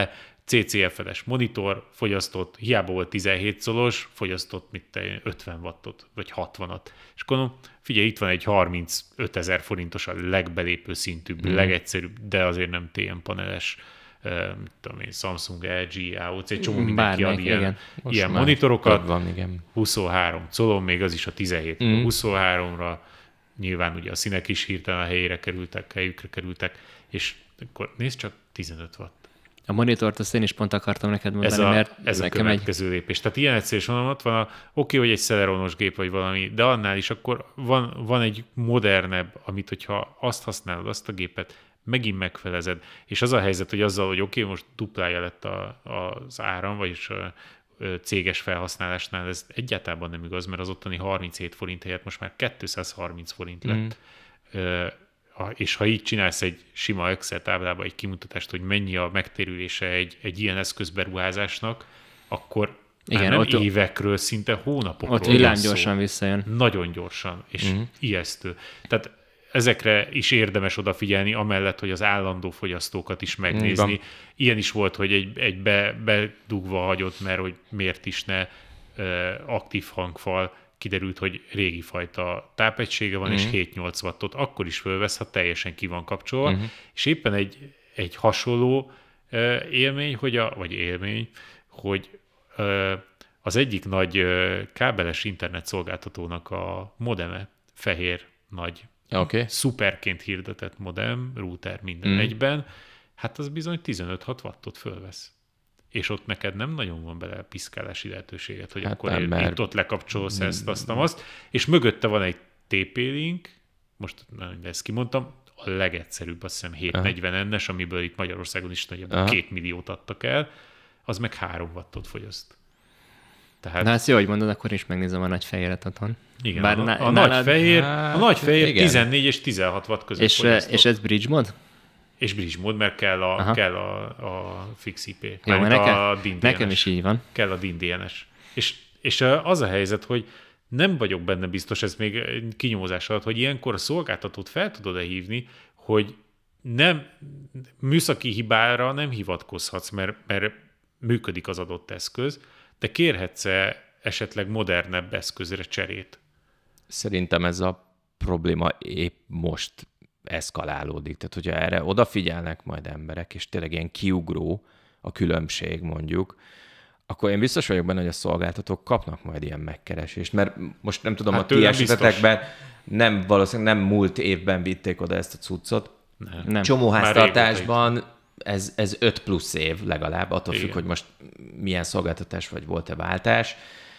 cé cé ef-es monitor fogyasztott, hiába volt tizenhét colos, fogyasztott mit te, ötven wattot, vagy hatvanat. És akkor mondom, figyelj, itt van egy harmincötezer forintos a legbelépő szintűbb, mm. legegyszerűbb, de azért nem té en paneles, uh, mit tudom én, Samsung, el gé, á o cé, egy csomó mindenki ad ilyen, ilyen monitorokat. Van, igen. huszonhárom colon, még az is a tizenhét mm. huszonháromra, nyilván ugye a színek is hirtelen a helyére kerültek, helyükre kerültek, és akkor nézd csak, tizenöt watt. A monitort azt én is pont akartam neked mondani, ez a, mert ez nekem a következő egy... lépés. Tehát ilyen egyszerű, és mondom, ott van a, oké, hogy egy Celeronos gép vagy valami, de annál is akkor van, van egy modernebb, amit hogyha azt használod, azt a gépet, megint megfelezed. És az a helyzet, hogy azzal, hogy oké, most duplája lett a, az áram, vagyis a céges felhasználásnál, ez egyáltalán nem igaz, mert az ottani harminchét forint helyett most már kétszázharminc forint lett. Mm. És ha így csinálsz egy sima Excel táblába egy kimutatást, hogy mennyi a megtérülése egy, egy ilyen eszközberuházásnak, akkor igen, nem ott évekről, szinte hónapokról. Ott villámgyorsan visszajön. Nagyon gyorsan, és uh-huh. ijesztő. Tehát ezekre is érdemes odafigyelni, amellett, hogy az állandó fogyasztókat is megnézni. Uh-huh. Ilyen is volt, hogy egy, egy be, bedugva hagyott, mert hogy miért is ne uh, aktív hangfal, kiderült, hogy régi fajta tápegysége van, uh-huh. és hét-nyolc wattot akkor is fölvesz, ha teljesen ki van kapcsolva, uh-huh. és éppen egy, egy hasonló uh, élmény, hogy a, vagy élmény, hogy uh, az egyik nagy uh, kábeles internetszolgáltatónak a modeme, fehér, nagy, okay. szuperként hirdetett modem, router minden uh-huh. egyben, hát az bizony tizenöt-hat wattot fölvesz. És ott neked nem nagyon van bele piszkálási lehetőséget, hogy hát akkor nem, mert... itt ott lekapcsolsz ezt, azt, azt, és mögötte van egy té pé-link, most nem, ezt kimondtam, a legegyszerűbb, azt hiszem hétszáznegyven en-es, amiből itt Magyarországon is nagyjából két milliót adtak el, az meg három wattot fogyaszt. Tehát... Na, ezt jó, hogy mondod, akkor is megnézem a nagy fehéret otthon. Igen, Bár a, a, a, nálad... nagy fehér, hát, a nagy fehér igen. tizennégy és tizenhat watt között és, fogyasztott. És ez bridge mod? És bridge mód, mert kell a, kell a, a fix i pé. Jó, nekem, a nekem is így van. Kell a dé en dé en-es. És, és az a helyzet, hogy nem vagyok benne biztos, ez még kinyomozás alatt, hogy ilyenkor a szolgáltatót fel tudod-e hívni, hogy nem műszaki hibára nem hivatkozhatsz, mert, mert működik az adott eszköz, de kérhetsz-e esetleg modernebb eszközre cserét? Szerintem ez a probléma épp most eszkalálódik. Tehát, hogyha erre odafigyelnek majd emberek, és tényleg ilyen kiugró a különbség mondjuk, akkor én biztos vagyok benne, hogy a szolgáltatók kapnak majd ilyen megkeresést. Mert most nem tudom, hát a ti esetetekben nem, valószínűleg nem múlt évben vitték oda ezt a cuccot. Nem. nem. Csomó háztartásban ez, ez öt plusz év legalább, attól függ, hogy most milyen szolgáltatás vagy volt-e váltás.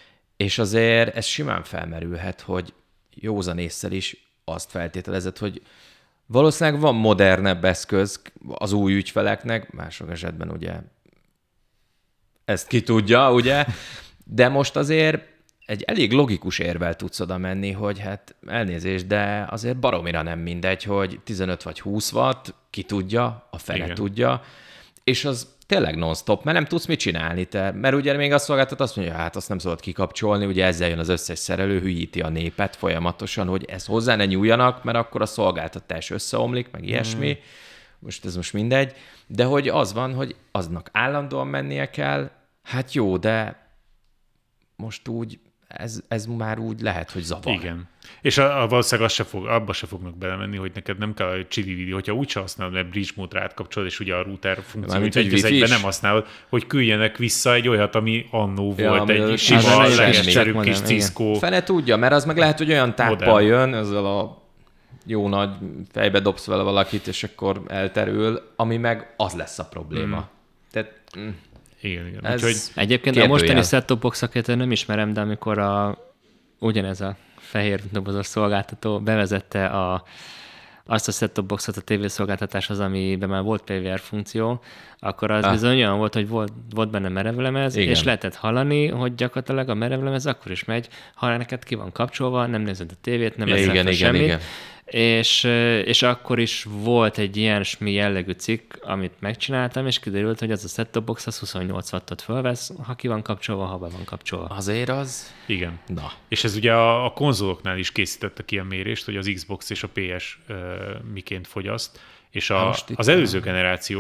És azért ez simán felmerülhet, hogy józan ésszel is azt feltételezett, hogy valószínűleg van modernebb eszköz az új ügyfeleknek, mások esetben ugye ezt ki tudja, ugye, de most azért egy elég logikus érvel tudsz oda menni, hogy hát elnézést, de azért baromira nem mindegy, hogy tizenöt vagy húsz watt, ki tudja, a fele igen. tudja, és az tényleg non-stop, mert nem tudsz mit csinálni te, mert ugye még azt szolgáltat, azt mondja, hát azt nem szabad kikapcsolni, ugye ezzel jön az összes szerelő, hülyíti a népet folyamatosan, hogy ezt hozzá ne nyúljanak, mert akkor a szolgáltatás összeomlik, meg ilyesmi, mm. most ez most mindegy, de hogy az van, hogy aznak állandóan mennie kell, hát jó, de most úgy ez, ez már úgy lehet, hogy zavar. Igen. És a, a valószínűleg se fog, abba se fognak belemenni, hogy neked nem kell a csili-vidi, hogyha úgyse használod, mert bridge módra átkapcsolod, és ugye a router funkciót egy az egyben nem használod, hogy küldjenek vissza egy olyat, ami annó ja, volt, egy sima, legegyszerűbb kis Cisco. Fene tudja, mert az meg lehet, hogy olyan táppal jön, ezzel a jó nagy fejbe dobsz vele valakit, és akkor elterül, ami meg az lesz a probléma. Mm. Tehát... Mm. Igen, igen. Ez Úgyhogy egyébként kérdőjel. A mostani set-top boxokat nem ismerem, de amikor a, ugyanez a fehér dobozos szolgáltató bevezette a, azt a set-top boxot a tévészolgáltatáshoz, amiben már volt pé vé er funkció, akkor az ah. bizony olyan volt, hogy volt, volt benne merevlemez, igen. és lehetett hallani, hogy gyakorlatilag a merevlemez akkor is megy, ha neked ki van kapcsolva, nem nézed a tévét, nem veszel fel semmit. Igen. És, és akkor is volt egy ilyen smi jellegű cikk, amit megcsináltam, és kiderült, hogy az a set-top box az huszonnyolc wattot fölvesz, ha ki van kapcsolva, ha be van kapcsolva. Azért az? Igen. Na. És ez ugye a, a konzoloknál is készítettek ilyen mérést, hogy az Xbox és a pé es uh, miként fogyaszt, és a, az előző generációk,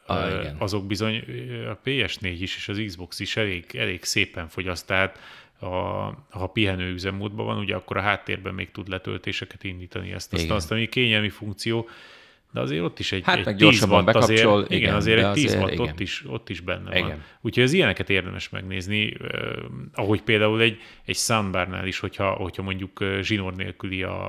ah, azok bizony a pé es négy is és az Xbox is elég, elég szépen fogyaszt, tehát a, ha pihenő üzemmódban van, ugye akkor a háttérben még tud letöltéseket indítani, ezt aztán, aztán még kényelmi funkció, de azért ott is egy, hát egy tíz watt bekapcsol, azért, igen, azért egy tíz watt igen. ott is, ott is benne igen. van. Úgyhogy az ilyeneket érdemes megnézni, eh, ahogy például egy, egy soundbarnál is, hogyha, hogyha mondjuk zsinór nélküli a,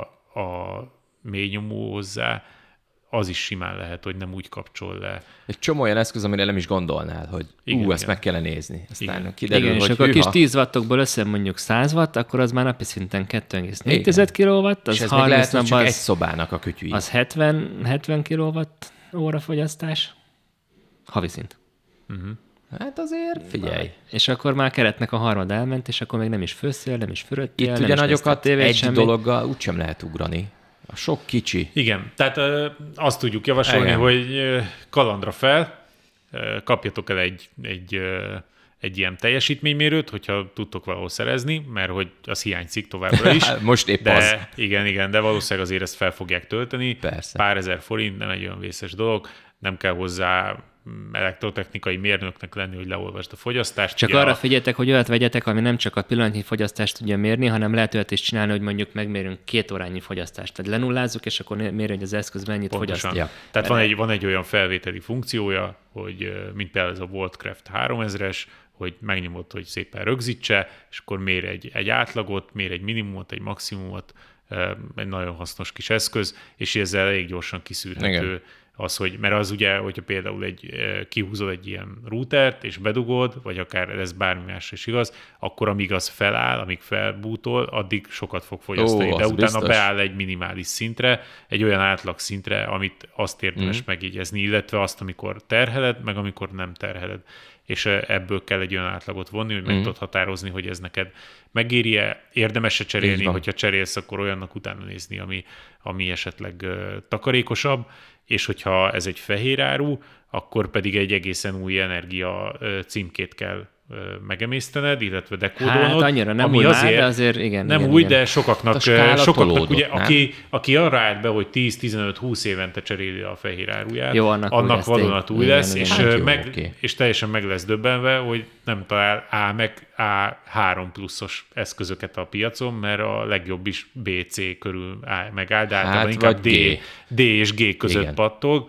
a mély nyomó hozzá, az is simán lehet, hogy nem úgy kapcsol le. Egy csomó olyan eszköz, amire nem is gondolnál, hogy igen, ú, ezt igen. meg kellene nézni. Aztán igen. kiderül, igen, és hogy akkor hűha. kis tíz wattokból össze mondjuk száz watt, akkor az már napi szinten kettő egész négy kilowatt, az és ez még lehet, hogy csak az, egy szobának a kütyűi. Az hetven, hetven kilowatt óra fogyasztás, havi szint. Uh-huh. Hát azért figyelj. Na, és akkor már keretnek a harmad elment, és akkor még nem is főztél, nem is fürödtél. Itt nem ugye is nagyokat tévét, egy semmit. dologgal úgysem lehet ugrani. A sok kicsi. Igen, tehát ö, azt tudjuk javasolni, igen. hogy ö, kalandra fel, ö, kapjatok el egy, egy, ö, egy ilyen teljesítménymérőt, hogyha tudtok valahol szerezni, mert hogy az hiányzik továbbra is. Most épp de, az. Igen, igen, de valószínűleg azért ezt fel fogják tölteni. Persze. Pár ezer forint, nem egy olyan vészes dolog, nem kell hozzá elektrotechnikai mérnöknek lenni, hogy leolvasd a fogyasztást. Csak ugye arra a... figyeljetek, hogy olyat vegyetek, ami nem csak a pillanatnyi fogyasztást tudja mérni, hanem lehet olyat is csinálni, hogy mondjuk megmérünk két órányi fogyasztást. Tehát lenullázzuk, és akkor mérjük, hogy az eszköz mennyit Pontosan. fogyaszt. Ja. Tehát van egy, van egy olyan felvételi funkciója, hogy mint például ez a Voltcraft háromezres, hogy megnyomod, hogy szépen rögzítse, és akkor mér egy, egy átlagot, mér egy minimumot, egy maximumot, egy nagyon hasznos kis eszköz, és ezzel elég gyorsan kiszűrhető. Igen. Az, hogy, mert az ugye, hogyha például egy, kihúzod egy ilyen routert, és bedugod, vagy akár ez bármi más is igaz, akkor amíg az feláll, amíg felbútol, addig sokat fog fogyasztani. Ó, de utána biztos. Beáll egy minimális szintre, egy olyan átlag szintre, amit azt érdemes mm. megjegyezni, illetve azt, amikor terheled, meg amikor nem terheled. És ebből kell egy olyan átlagot vonni, hogy meg mm. tudod határozni, hogy ez neked megéri-e, érdemes-e cserélni, hogyha cserélsz, akkor olyannak utána nézni, ami, ami esetleg uh, takarékosabb, és hogyha ez egy fehér áru, akkor pedig egy egészen új energia címkét kell megemésztened, illetve dekódolnod. Hát annyira nem ami új azért, már, de azért igen. Nem igen, új, igen. de sokaknak, sokaknak ugye, aki, aki arra állt be, hogy tíz tizenöt húsz évente cseréli a fehér áruját, jó, annak, annak vadonatúj lesz, és, hát jó, meg, okay. és teljesen meg lesz döbbenve, hogy nem talál A meg á három pluszos eszközöket a piacon, mert a legjobb is bé cé körül áll, megáll, de általában hát inkább D, D és G között igen. pattog.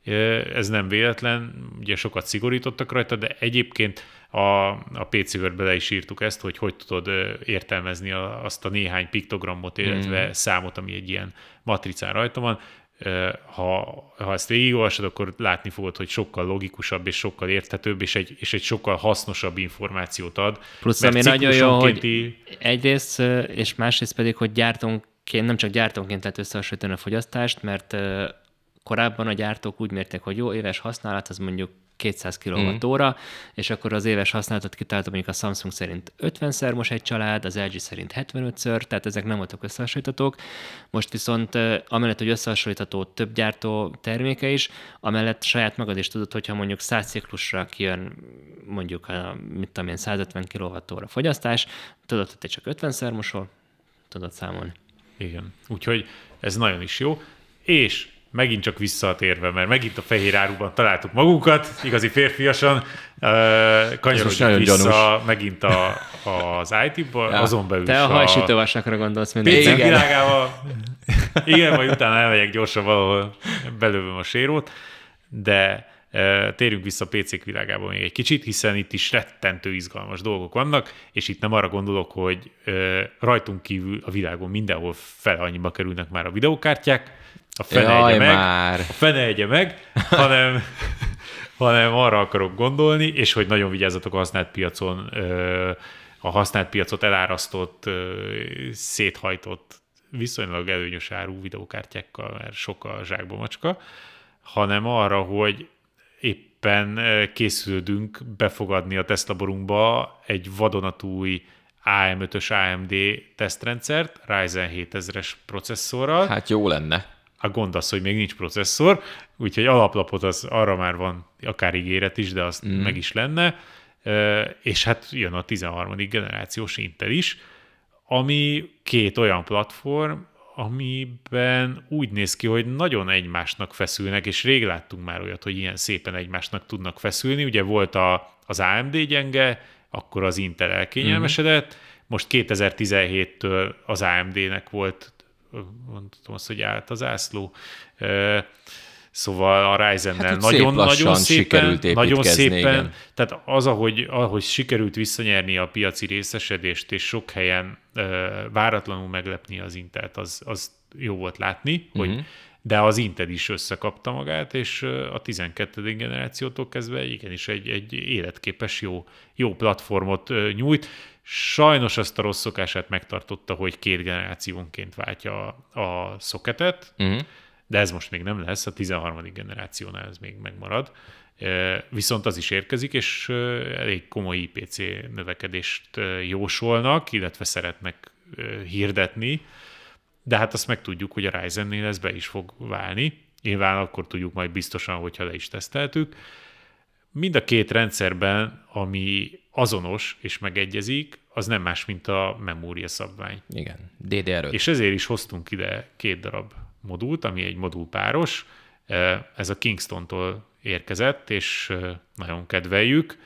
Ez nem véletlen, ugye sokat szigorítottak rajta, de egyébként a, a pé cé Word-be le is írtuk ezt, hogy hogy tudod értelmezni a, azt a néhány piktogramot, illetve mm. számot, ami egy ilyen matricán rajta van. Ha, ha ezt végigolvasod, akkor látni fogod, hogy sokkal logikusabb és sokkal érthetőbb, és egy, és egy sokkal hasznosabb információt ad. Plusz ami nagyon jó, hogy egyrészt, és másrészt pedig, hogy gyártónként, nem csak gyártónként lehet összehasonlítani a fogyasztást, mert korábban a gyártók úgy mérték, hogy jó, éves használat, az mondjuk kétszáz kilowatt-óra, mm. és akkor az éves használatot kitalálta mondjuk a Samsung szerint ötvenszer most egy család, az el gé szerint hetvenötször, tehát ezek nem voltak összehasonlíthatók. Most viszont amellett, hogy összehasonlítható több gyártó terméke is, amellett saját magad is tudod, hogyha mondjuk száz ciklusra kijön mondjuk a, mit tudom én, százötven kilowatt-óra fogyasztás, tudod, hogy te csak ötvenszer mosol, tudod számolni. Igen, úgyhogy ez nagyon is jó, és megint csak visszatérve, mert megint a fehér áruban találtuk magunkat, igazi férfiasan, uh, kanyarodjunk vissza gyanús. Megint a, az í té-ból, ja. azon belül Te a hajsütővasakra gondolsz mindig. pé cé világával, igen, majd utána elmegyek gyorsan valahol, belőlem a sérót, de uh, térjünk vissza a pé cék világában még egy kicsit, hiszen itt is rettentő izgalmas dolgok vannak, és itt nem arra gondolok, hogy uh, rajtunk kívül a világon mindenhol fel annyiba kerülnek már a videókártyák, a fene Jaj, egye meg, már. a fene egye meg, hanem, hanem arra akarok gondolni, és hogy nagyon vigyázzatok a használt piacon, a használt piacot elárasztott, széthajtott, viszonylag előnyös áru videókártyákkal, mert sok a zsákba macska, hanem arra, hogy éppen készülődünk befogadni a tesztlaborunkba egy vadonatúj á em ötös á em dé tesztrendszert, Ryzen hétezres processzorral. Hát jó lenne. A gond az, hogy még nincs processzor, úgyhogy alaplapot az arra már van akár ígéret is, de azt mm. meg is lenne, és hát jön a tizenharmadik generációs Intel is, ami két olyan platform, amiben úgy néz ki, hogy nagyon egymásnak feszülnek, és rég láttunk már olyat, hogy ilyen szépen egymásnak tudnak feszülni. Ugye volt a, az á em dé gyenge, akkor az Intel elkényelmesedett, uh-huh. most kétezer-tizenhéttől az á em dé-nek volt, mondhatom azt, hogy állt az ászló, szóval a Ryzen-nel hát nagyon, nagyon szépen, nagyon szépen, igen. Tehát az, ahogy, ahogy sikerült visszanyerni a piaci részesedést, és sok helyen uh, váratlanul meglepni az Intelt, az, az jó volt látni, uh-huh. hogy de az Intel is összekapta magát, és a tizenkettedik generációtól kezdve igenis egy, egy életképes jó, jó platformot nyújt. Sajnos azt a rossz szokását megtartotta, hogy két generációnként váltja a, a szoketet, uh-huh. de ez most még nem lesz, a tizenharmadik generációnál ez még megmarad. Viszont az is érkezik, és elég komoly i pé cé növekedést jósolnak, illetve szeretnek hirdetni, de hát azt meg tudjuk, hogy a Ryzennél ez be is fog válni. Nyilván akkor tudjuk majd biztosan, hogyha le is teszteltük. Mind a két rendszerben, ami azonos és megegyezik, az nem más, mint a memória szabvány. Igen, dé dé er öt. És ezért is hoztunk ide két darab modult, ami egy modulpáros. Ez a Kingston-tól érkezett, és nagyon kedveljük,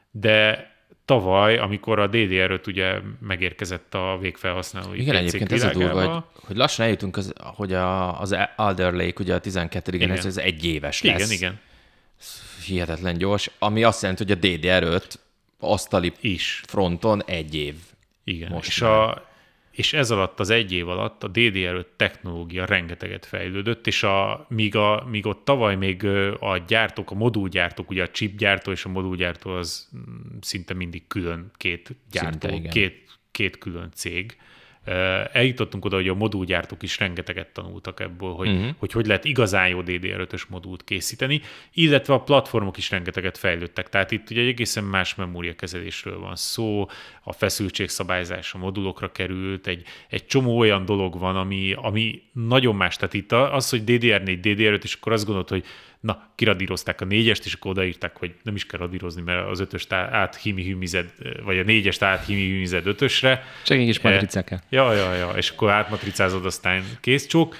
de tavaly, amikor a dé dé er öt ugye megérkezett a végfelhasználói igen, egyébként ez a durva, hogy, hogy lassan eljutunk, az, hogy a, az Alder Lake, ugye a tizenkettedik generáció, ez egy éves lesz. Igen, igen. Hihetetlen gyors, ami azt jelenti, hogy a dé dé er öt asztali is fronton egy év. Igen, most és, a, és ez alatt, az egy év alatt a dé dé er öt technológia rengeteget fejlődött, és a, míg, a, míg ott tavaly még a gyártók, a modulgyártók, ugye a chipgyártó és a modulgyártó az szinte mindig külön két gyártó, szinte, két, két külön cég. Eljutottunk oda, hogy a modulgyártók is rengeteget tanultak ebből, hogy, uh-huh. hogy hogy lehet igazán jó dé dé er ötös modult készíteni, illetve a platformok is rengeteget fejlődtek. Tehát itt ugye egy egészen más memóriakezelésről van szó, a feszültségszabályzás a modulokra került, egy, egy csomó olyan dolog van, ami, ami nagyon más. Tehát itt az, hogy dé dé er négy, dé dé er öt, és akkor azt gondolod, hogy na, kiradírozták a négyest, és akkor odaírták, hogy nem is kell radírozni, mert az ötöst áthimi-hümized, vagy a négyest áthimi-hümized ötösre. Csak egy kis matricákkal. Ja, ja, ja, és akkor átmatricázod, aztán kész csók.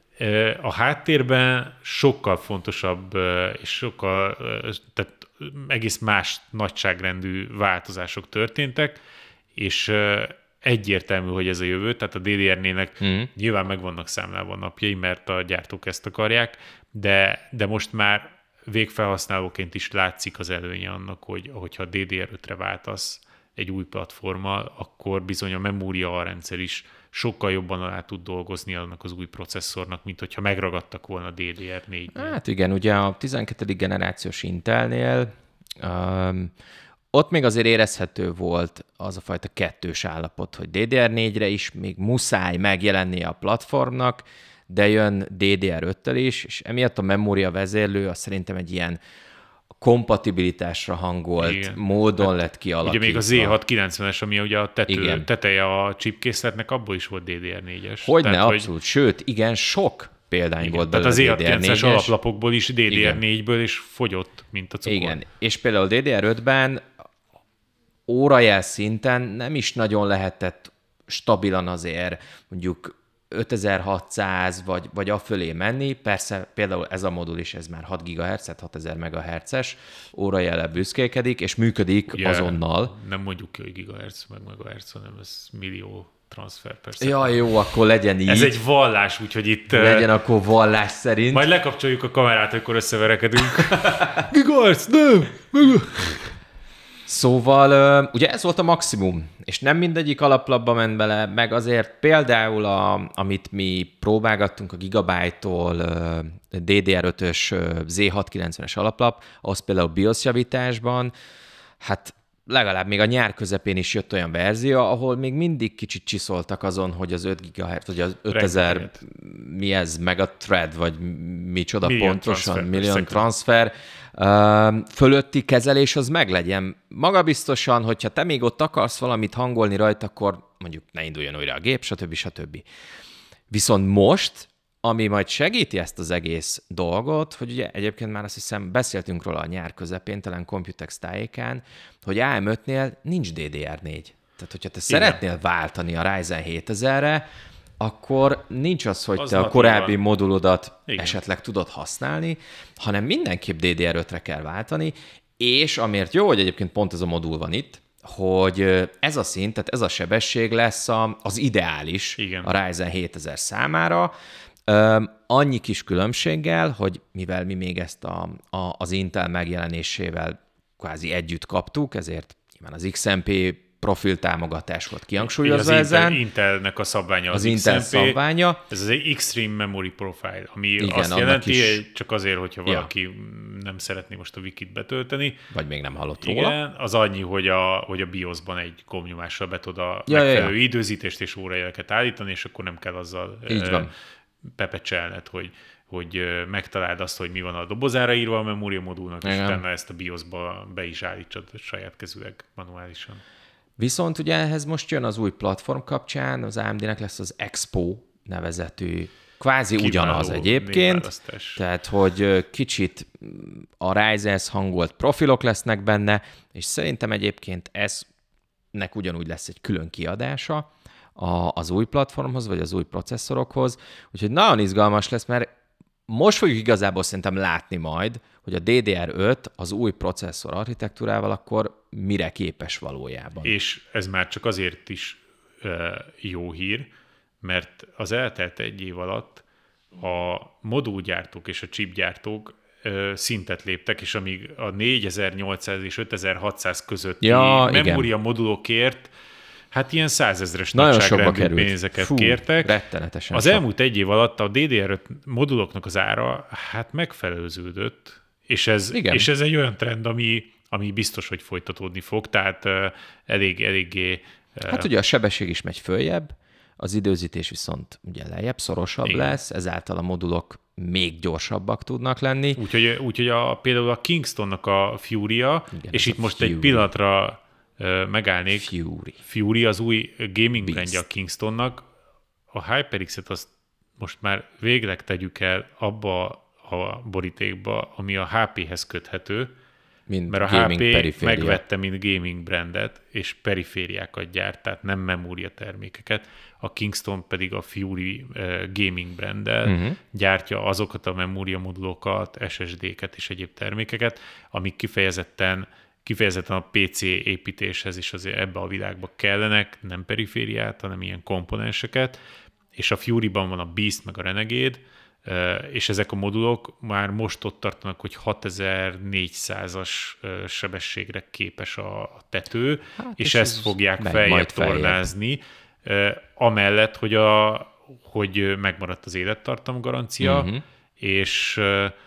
A háttérben sokkal fontosabb, és sokkal, tehát egész más nagyságrendű változások történtek, és egyértelmű, hogy ez a jövő, tehát a dé dé er négynek mm. nyilván meg vannak számlálva a napjai, mert a gyártók ezt akarják, de, de most már végfelhasználóként is látszik az előnye annak, hogy hogyha a dé dé er ötre váltasz egy új platformmal, akkor bizony a memória rendszer is sokkal jobban alá tud dolgozni annak az új processzornak, mint hogyha megragadtak volna a dé dé er négynél. Hát igen, ugye a tizenkettedik generációs Intelnél um, ott még azért érezhető volt az a fajta kettős állapot, hogy dé dé er négyre is még muszáj megjelennie a platformnak, de jön dé dé er öttel is, és emiatt a memória vezérlő az szerintem egy ilyen kompatibilitásra hangolt igen. módon hát, lett kialakítva. Ugye még a zé hatszázkilencvenes, ami ugye a tető, teteje a chipkészletnek, abból is volt dé dé er négyes. Hogyne, tehát, abszolút. Hogy... Sőt, igen, sok példány igen, volt belőle a dé dé er négyes. Tehát az zé hatszázkilencvenes alaplapokból is dé dé er négyből is fogyott, mint a cukor. Igen, és például dé dé er ötben órajel szinten nem is nagyon lehetett stabilan azért mondjuk ötezer-hatszáz vagy, vagy afölé menni. Persze például ez a modul is, ez már hat gigahertz, tehát hatezer megahertzes órajellel büszkélkedik, és működik ugye, azonnal. Nem mondjuk ki, hogy gigahertz meg megahertz, hanem ez millió transfer persze. Ja, jó, akkor legyen így. Ez egy vallás, úgyhogy itt... Legyen akkor vallás szerint. Majd lekapcsoljuk a kamerát, amikor összeverekedünk. Gigahertz, nem! Szóval ugye ez volt a maximum, és nem mindegyik alaplapba ment bele, meg azért például, a, amit mi próbálgattunk a Gigabyte-tól dé dé er ötös zé hatszázkilencvenes alaplap, az például BIOS javításban, hát legalább még a nyár közepén is jött olyan verzió, ahol még mindig kicsit csiszoltak azon, hogy az öt gigahertz, vagy az ötezer, mi ez, megathread, vagy micsoda million pontosan, transfer, million transfer, uh, fölötti kezelés az meglegyen. Magabiztosan, hogyha te még ott akarsz valamit hangolni rajta, akkor mondjuk ne induljon újra a gép, stb. stb. Viszont most, ami majd segíti ezt az egész dolgot, hogy ugye egyébként már azt hiszem beszéltünk róla a nyár közepén, talán Computex tájékán, hogy á em ötnél nincs dé dé er négy. Tehát, hogyha te igen. szeretnél váltani a Ryzen hétezerre, akkor nincs az, hogy Az te a natívan. korábbi modulodat Igen. esetleg tudod használni, hanem mindenképp dé dé er ötre kell váltani, és amiért jó, hogy egyébként pont ez a modul van itt, hogy ez a szint, tehát ez a sebesség lesz a, az ideális Igen. a Ryzen hétezer számára, Öm, annyi kis különbséggel, hogy mivel mi még ezt a, a, az Intel megjelenésével kvázi együtt kaptuk, ezért nyilván az iksz em pé profil támogatás volt kihangsúlyozva az ezen. Intel, Intelnek a szabványa az, Az Intel iksz em pé, szabványa. Ez az egy Extreme Memory Profile, ami Igen, azt annak jelenti, is- csak azért, hogyha Ja. valaki nem szeretné most a wikit betölteni. Vagy még nem hallott róla. Igen, az annyi, hogy a, hogy a BIOS-ban egy gomnyomással be tud a Ja, ja, megfelelő ja. időzítést és órajeleket állítani, és akkor nem kell azzal Így ö, van. pepecselned, hogy, hogy ö, megtaláld azt, hogy mi van a dobozára írva a memória modulnak, és Igen. utána ezt a BIOS-ba be is állítsad saját kezűleg manuálisan. Viszont ugye ehhez most jön az új platform kapcsán, az á em dé-nek lesz az Expo nevezetű, kvázi Kiváló ugyanaz egyébként, névválasztás. tehát hogy ö, kicsit mm, a Ryzenhez hangolt profilok lesznek benne, és szerintem egyébként eznek ugyanúgy lesz egy külön kiadása a, az új platformhoz, vagy az új processzorokhoz, úgyhogy nagyon izgalmas lesz, mert most fogjuk igazából szerintem látni majd, hogy a dé dé er öt az új processzor architektúrával akkor mire képes valójában. És ez már csak azért is ö, jó hír, mert az eltelt egy év alatt a modulgyártók és a chipgyártók ö, szintet léptek, és amíg a négyezer-nyolcszáz és ötezer-hatszáz közötti Ja, igen. memória modulokért hát ilyen százezres Nagyon sokba nagyságrendű került. pénzeket Fú, kértek. rettenetesen Az sok. elmúlt egy év alatt a dé dé er öt moduloknak az ára hát megfeleződött, és ez, Igen. és ez egy olyan trend, ami, ami biztos, hogy folytatódni fog, tehát uh, elég, eléggé... Uh, Hát ugye a sebesség is megy följebb, az időzítés viszont ugye lejjebb, szorosabb Igen. lesz, ezáltal a modulok még gyorsabbak tudnak lenni. Úgyhogy, úgyhogy a, például a Kingstonnak a Fury-a, Igen, és ez itt a most Fury. egy pillanatra uh, megállnék, Fury. Fury az új gaming Beast. brandje a Kingstonnak, a HyperX-et azt most már végleg tegyük el abba a borítékba, ami a há péhez köthető, Mint mert a gaming há pé periféria. megvette, mint gaming brandet, és perifériákat gyárt, tehát nem memória termékeket. A Kingston pedig a Fury uh, gaming branddel Mhm. uh-huh. gyártja azokat a memória modulokat, es es dé-ket és egyéb termékeket, amik kifejezetten kifejezetten a pé cé építéshez is azért ebbe a világba kellenek, nem perifériát, hanem ilyen komponenseket, és a Fury-ban van a Beast meg a Renegade, és ezek a modulok már most ott tartanak, hogy hatezer-négyszázas sebességre képes a tető, Hát, és és ezt ez fogják megy feljebb majd feljebb. tornázni, amellett, hogy, a, hogy megmaradt az élettartam garancia, Mhm. és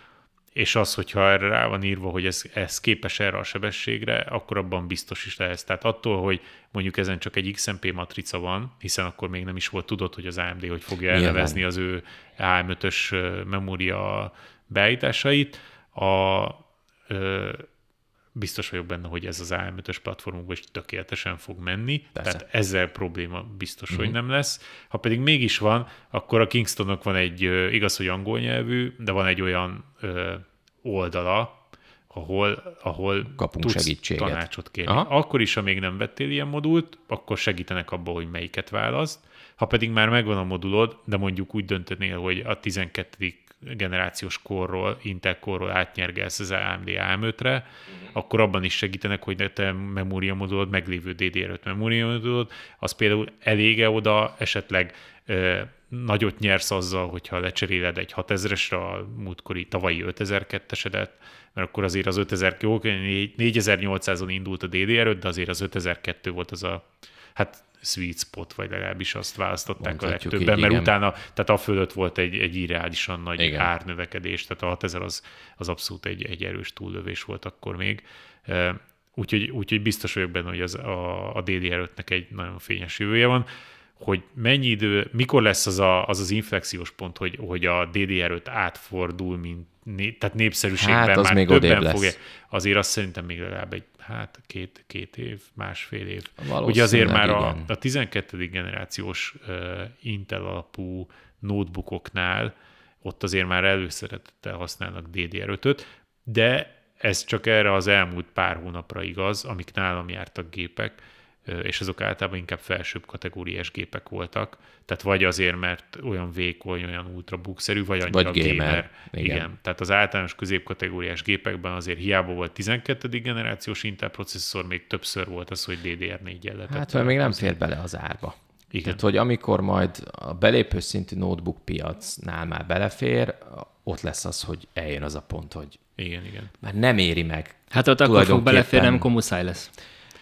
és az, hogyha erre rá van írva, hogy ez, ez képes erre a sebességre, akkor abban biztos is lesz. Tehát attól, hogy mondjuk ezen csak egy iksz em pé matrica van, hiszen akkor még nem is volt tudod, hogy az á em dé hogy fogja Nyilván. elnevezni az ő á em ötös memória beállításait, a, ö, biztos vagyok benne, hogy ez az á em ötös platformokban is tökéletesen fog menni, Persze. tehát ezzel probléma biztos, Mhm. hogy nem lesz. Ha pedig mégis van, akkor a Kingstonnak van egy, ö, igaz, hogy angol nyelvű, de van egy olyan ö, oldala, ahol, ahol Kapunk tudsz segítséget. tanácsot kérni. Aha. Akkor is, amíg nem vettél ilyen modult, akkor segítenek abban, hogy melyiket választ. Ha pedig már megvan a modulod, de mondjuk úgy döntenél, hogy a tizenkettedik generációs korról, Intel korról átnyergelsz az á em dé á em ötre, uh-huh. akkor abban is segítenek, hogy te memória modulod, meglévő dé dé er öt memória modulod, az például elége oda, esetleg ö, nagyot nyersz azzal, hogyha lecseréled egy hatezresre a múltkori tavalyi ötezer-kettesedet, mert akkor azért az ötezer, jó, négyezer-nyolcszázon indult a dé dé er öt, de azért az ötezer-kettő volt az a, hát sweet spot, vagy legalábbis azt választották Mondhatjuk a legtöbben, így, mert igen. utána, tehát a fölött volt egy, egy irreálisan nagy Igen. árnövekedés, tehát a hatezer az, az abszolút egy, egy erős túllövés volt akkor még. Úgyhogy, úgyhogy biztos vagyok benne, hogy az, a, a dé dé er ötnek egy nagyon fényes jövője van. Hogy mennyi idő, mikor lesz az a, az, az inflexiós pont, hogy, hogy a dé dé er öt átfordul, mint né, tehát népszerűségben Hát, az már még többen odébb fogja. lesz. Azért azt szerintem még legalább egy, hát két, két év, másfél év. Valószínűleg Ugye azért már a, igen. a tizenkettedik generációs uh, Intel alapú notebookoknál ott azért már előszeretettel használnak dé dé er ötöt, de ez csak erre az elmúlt pár hónapra igaz, amik nálam jártak gépek, és azok általában inkább felsőbb kategóriás gépek voltak. Tehát vagy azért, mert olyan vékony, olyan ultrabook-szerű, vagy annyira vagy gamer. gamer. Igen. Igen. Tehát az általános középkategóriás gépekben azért hiába volt tizenkettedik generációs Intel processzor, még többször volt az, hogy dé dé er néggyel lehetett. Hát, mert még nem fér bele az árba. Igen. Tehát, hogy amikor majd a belépő szintű notebook piacnál már belefér, ott lesz az, hogy eljön az a pont, hogy Igen, igen. már nem éri meg. Hát ott akkor fog beleférni, amikor muszáj lesz.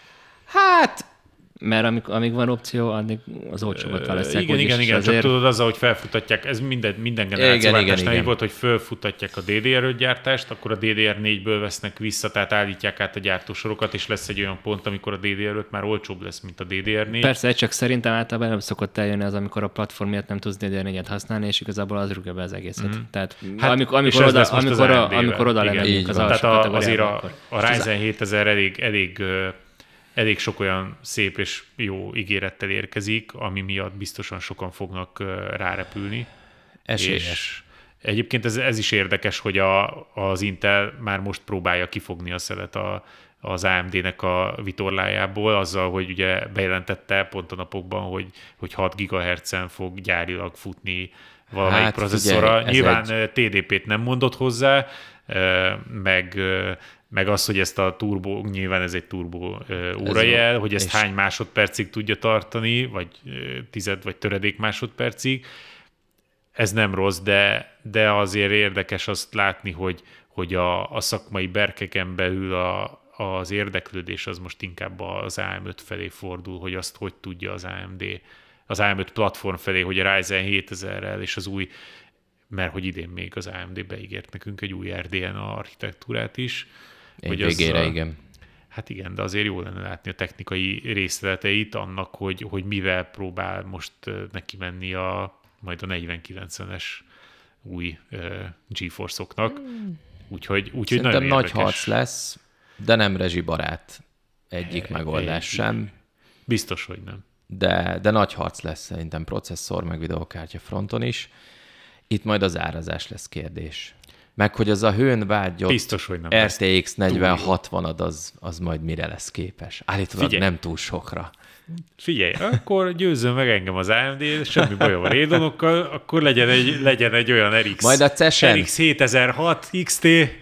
Hát, Mert amíg, amíg van opció, addig az olcsóbbak lesznek. Igen, igen, igen, azért... csak tudod azzal, hogy felfutatják, ez minden, minden generációváltásnál így volt, hogy felfutatják a dé dé er öt gyártást, akkor a dé dé er négyből vesznek vissza, tehát állítják át a gyártósorokat, és lesz egy olyan pont, amikor a dé dé er öt már olcsóbb lesz, mint a dé dé er négy. Persze, csak szerintem általában nem szokott eljönni az, amikor a platform miatt nem tudsz dé dé er négyet használni, és igazából az rúgja be az egészet. Mm. Tehát hát, amikor, amikor, oda, amikor, a, amikor oda lemegyünk az alsó kategóriába. Tehát azért a, a Ryzen hétezer elég, elég elég sok olyan szép és jó ígérettel érkezik, ami miatt biztosan sokan fognak rárepülni. Esélyes. Egyébként ez, ez is érdekes, hogy a, az Intel már most próbálja kifogni a szelet a, az á em dé-nek a vitorlájából, azzal, hogy ugye bejelentette pont a napokban, hogy, hogy hat gigahertzen fog gyárilag futni valamelyik hát, processzora. Ugye, Nyilván egy... té dé pét nem mondott hozzá, meg... meg az, hogy ezt a turbo, nyilván ez egy turbo órajel, ez hogy ezt hány másodpercig tudja tartani, vagy tized, vagy töredék másodpercig. Ez nem rossz, de, de azért érdekes azt látni, hogy, hogy a, a szakmai berkeken belül a, az érdeklődés az most inkább az á em öt felé fordul, hogy azt hogy tudja az á em dé, az á em öt platform felé, hogy a Ryzen hétezerrel és az új, mert hogy idén még az á em dé beígért nekünk egy új er dé en á architektúrát is, Egy végére, az, igen. Hát igen, de azért jó lenne látni a technikai részleteit annak, hogy, hogy mivel próbál most neki menni a, majd a negyvenkilencvenes új uh, GeForce-oknak. Úgyhogy, úgyhogy nagyon nagy érdekes. harc lesz, de nem rezsibarát egyik e, megoldás egy, sem. Biztos, hogy nem. De, de nagy harc lesz szerintem processzor, meg videokártya fronton is. Itt majd az árazás lesz kérdés. Meg hogy az a hőn vágyott biztos, hogy nem er té iksz negyven hatvanad az, az majd mire lesz képes. Állítólag Figyelj. nem túl sokra. Figyelj, akkor győzzön meg engem az á em dé, semmi bajom a Raidonokkal, akkor legyen egy, legyen egy olyan er iksz, majd a er iksz hétezer-hat iksz té.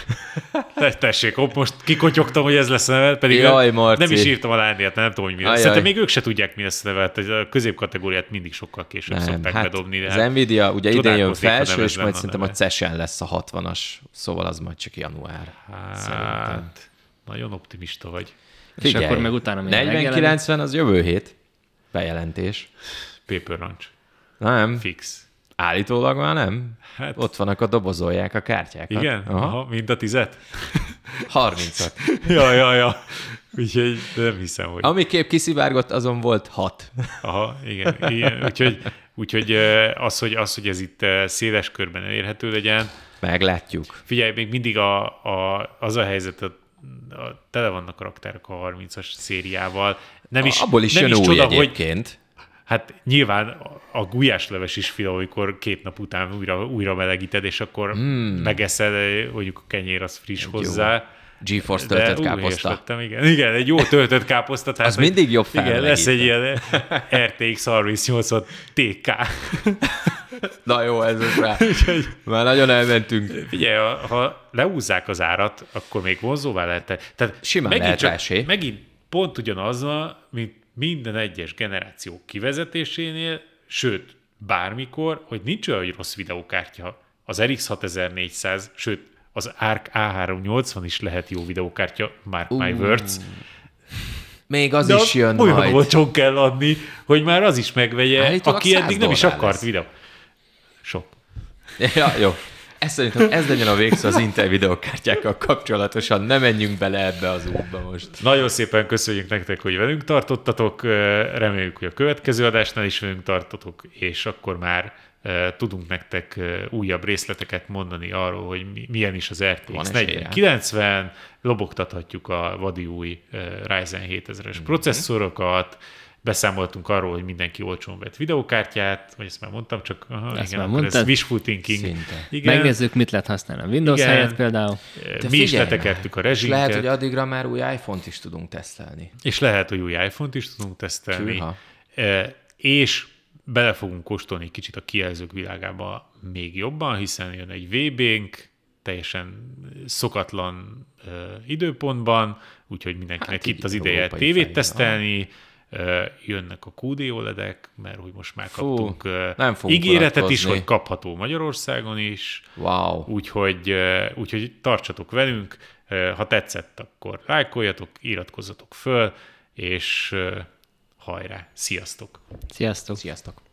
Tessék, hopp, most kikotyogtam, hogy ez lesz a neve, pedig Jaj, nem is írtam a lányért, nem tudom, hogy mi lesz. Szerintem még ők se tudják, mi lesz a neve. A középkategóriát mindig sokkal később nem, szokták hát bedobni. Az hát Nvidia ugye idén jön felső, és majd szerintem a Cesen lesz a hatvanas, szóval az majd csak január. Hát, szerintem. Nagyon optimista vagy. Figyelj, és akkor meg utána negyven kilencven az jövő hét bejelentés. Paper Ranch. Nem. Fix. Állítólag már nem. Hát... Ott vannak a dobozolják a kártyákat. Igen? Aha. Aha, mint a tizet? harmincat. ja, ja, ja. Úgyhogy nem hiszem, hogy... Ami kép kiszivárgott, azon volt hat. Aha, igen. igen. Úgyhogy, úgyhogy az, hogy, az, hogy ez itt széles körben elérhető legyen... Meglátjuk. Figyelj, még mindig a, a, az a helyzet, a, a, tele vannak a raktárok a harmincas szériával. Nem is, abból is nem jön is új csoda, egyébként. Hogy, hát nyilván a gulyásleves is finom, amikor két nap után újra, újra melegíted, és akkor mm. megeszed, mondjuk a kenyér az friss egy hozzá. Jó. GeForce töltött káposzta. Lettem, igen. igen, egy jó töltött káposzta. Az mindig jobb igen, lesz egy ilyen er té iksz harmincnyolcvan té ká. Na jó, ez az rá. Már nagyon elmentünk. Figyelj, ha leúzzák az árat, akkor még vonzóvá lehet. Tehát simán lehet csak, esély. Megint pont ugyanazzal, mint minden egyes generáció kivezetésénél, sőt, bármikor, hogy nincs olyan, hogy rossz videókártya. Az er iksz hatezernégyszáz, sőt, az Arc á háromszáznyolcvan is lehet jó videókártya, mark uh, my words. Még az de is jön olyan majd. olcsón kell adni, hogy már az is megvegye, állítólag aki eddig nem is akart lesz. videó. Sok. Ja, jó. Ez szerintem ez legyen a végszó az Intel videókártyákkal kapcsolatosan. Ne menjünk bele ebbe az útba most. Nagyon szépen köszönjük nektek, hogy velünk tartottatok. Reméljük, hogy a következő adásnál is velünk tartotok, és akkor már tudunk nektek újabb részleteket mondani arról, hogy milyen is az er té iksz negyven kilencven, lobogtathatjuk a vadi új Ryzen hétezeres hmm. processzorokat, beszámoltunk arról, hogy mindenki olcsón vett videokártyát, vagy ezt már mondtam, csak aha, ezt igen, már akkor ez wishful thinking. Igen. Megnézzük, mit lehet használni a Windows Igen. helyett például. De Mi is letekertük a rezsinket. És lehet, hogy addigra már új iPhone-t is tudunk tesztelni. És lehet, hogy új iPhone-t is tudunk tesztelni. Csúha. És bele fogunk kóstolni egy kicsit a kijelzők világába még jobban, hiszen jön egy vé bénk, teljesen szokatlan uh, időpontban, úgyhogy mindenkinek hát itt az ideje tévét tesztelni, uh, jönnek a kú dé o ledek, mert hogy most már Fú, kaptunk nem uh, ígéretet is, vonatkozni. hogy kapható Magyarországon is. Wow. Úgyhogy, uh, úgyhogy tartsatok velünk, uh, ha tetszett, akkor lájkoljatok, iratkozzatok föl, és uh, hajrá, sziasztok! Sziasztok! Sziasztok!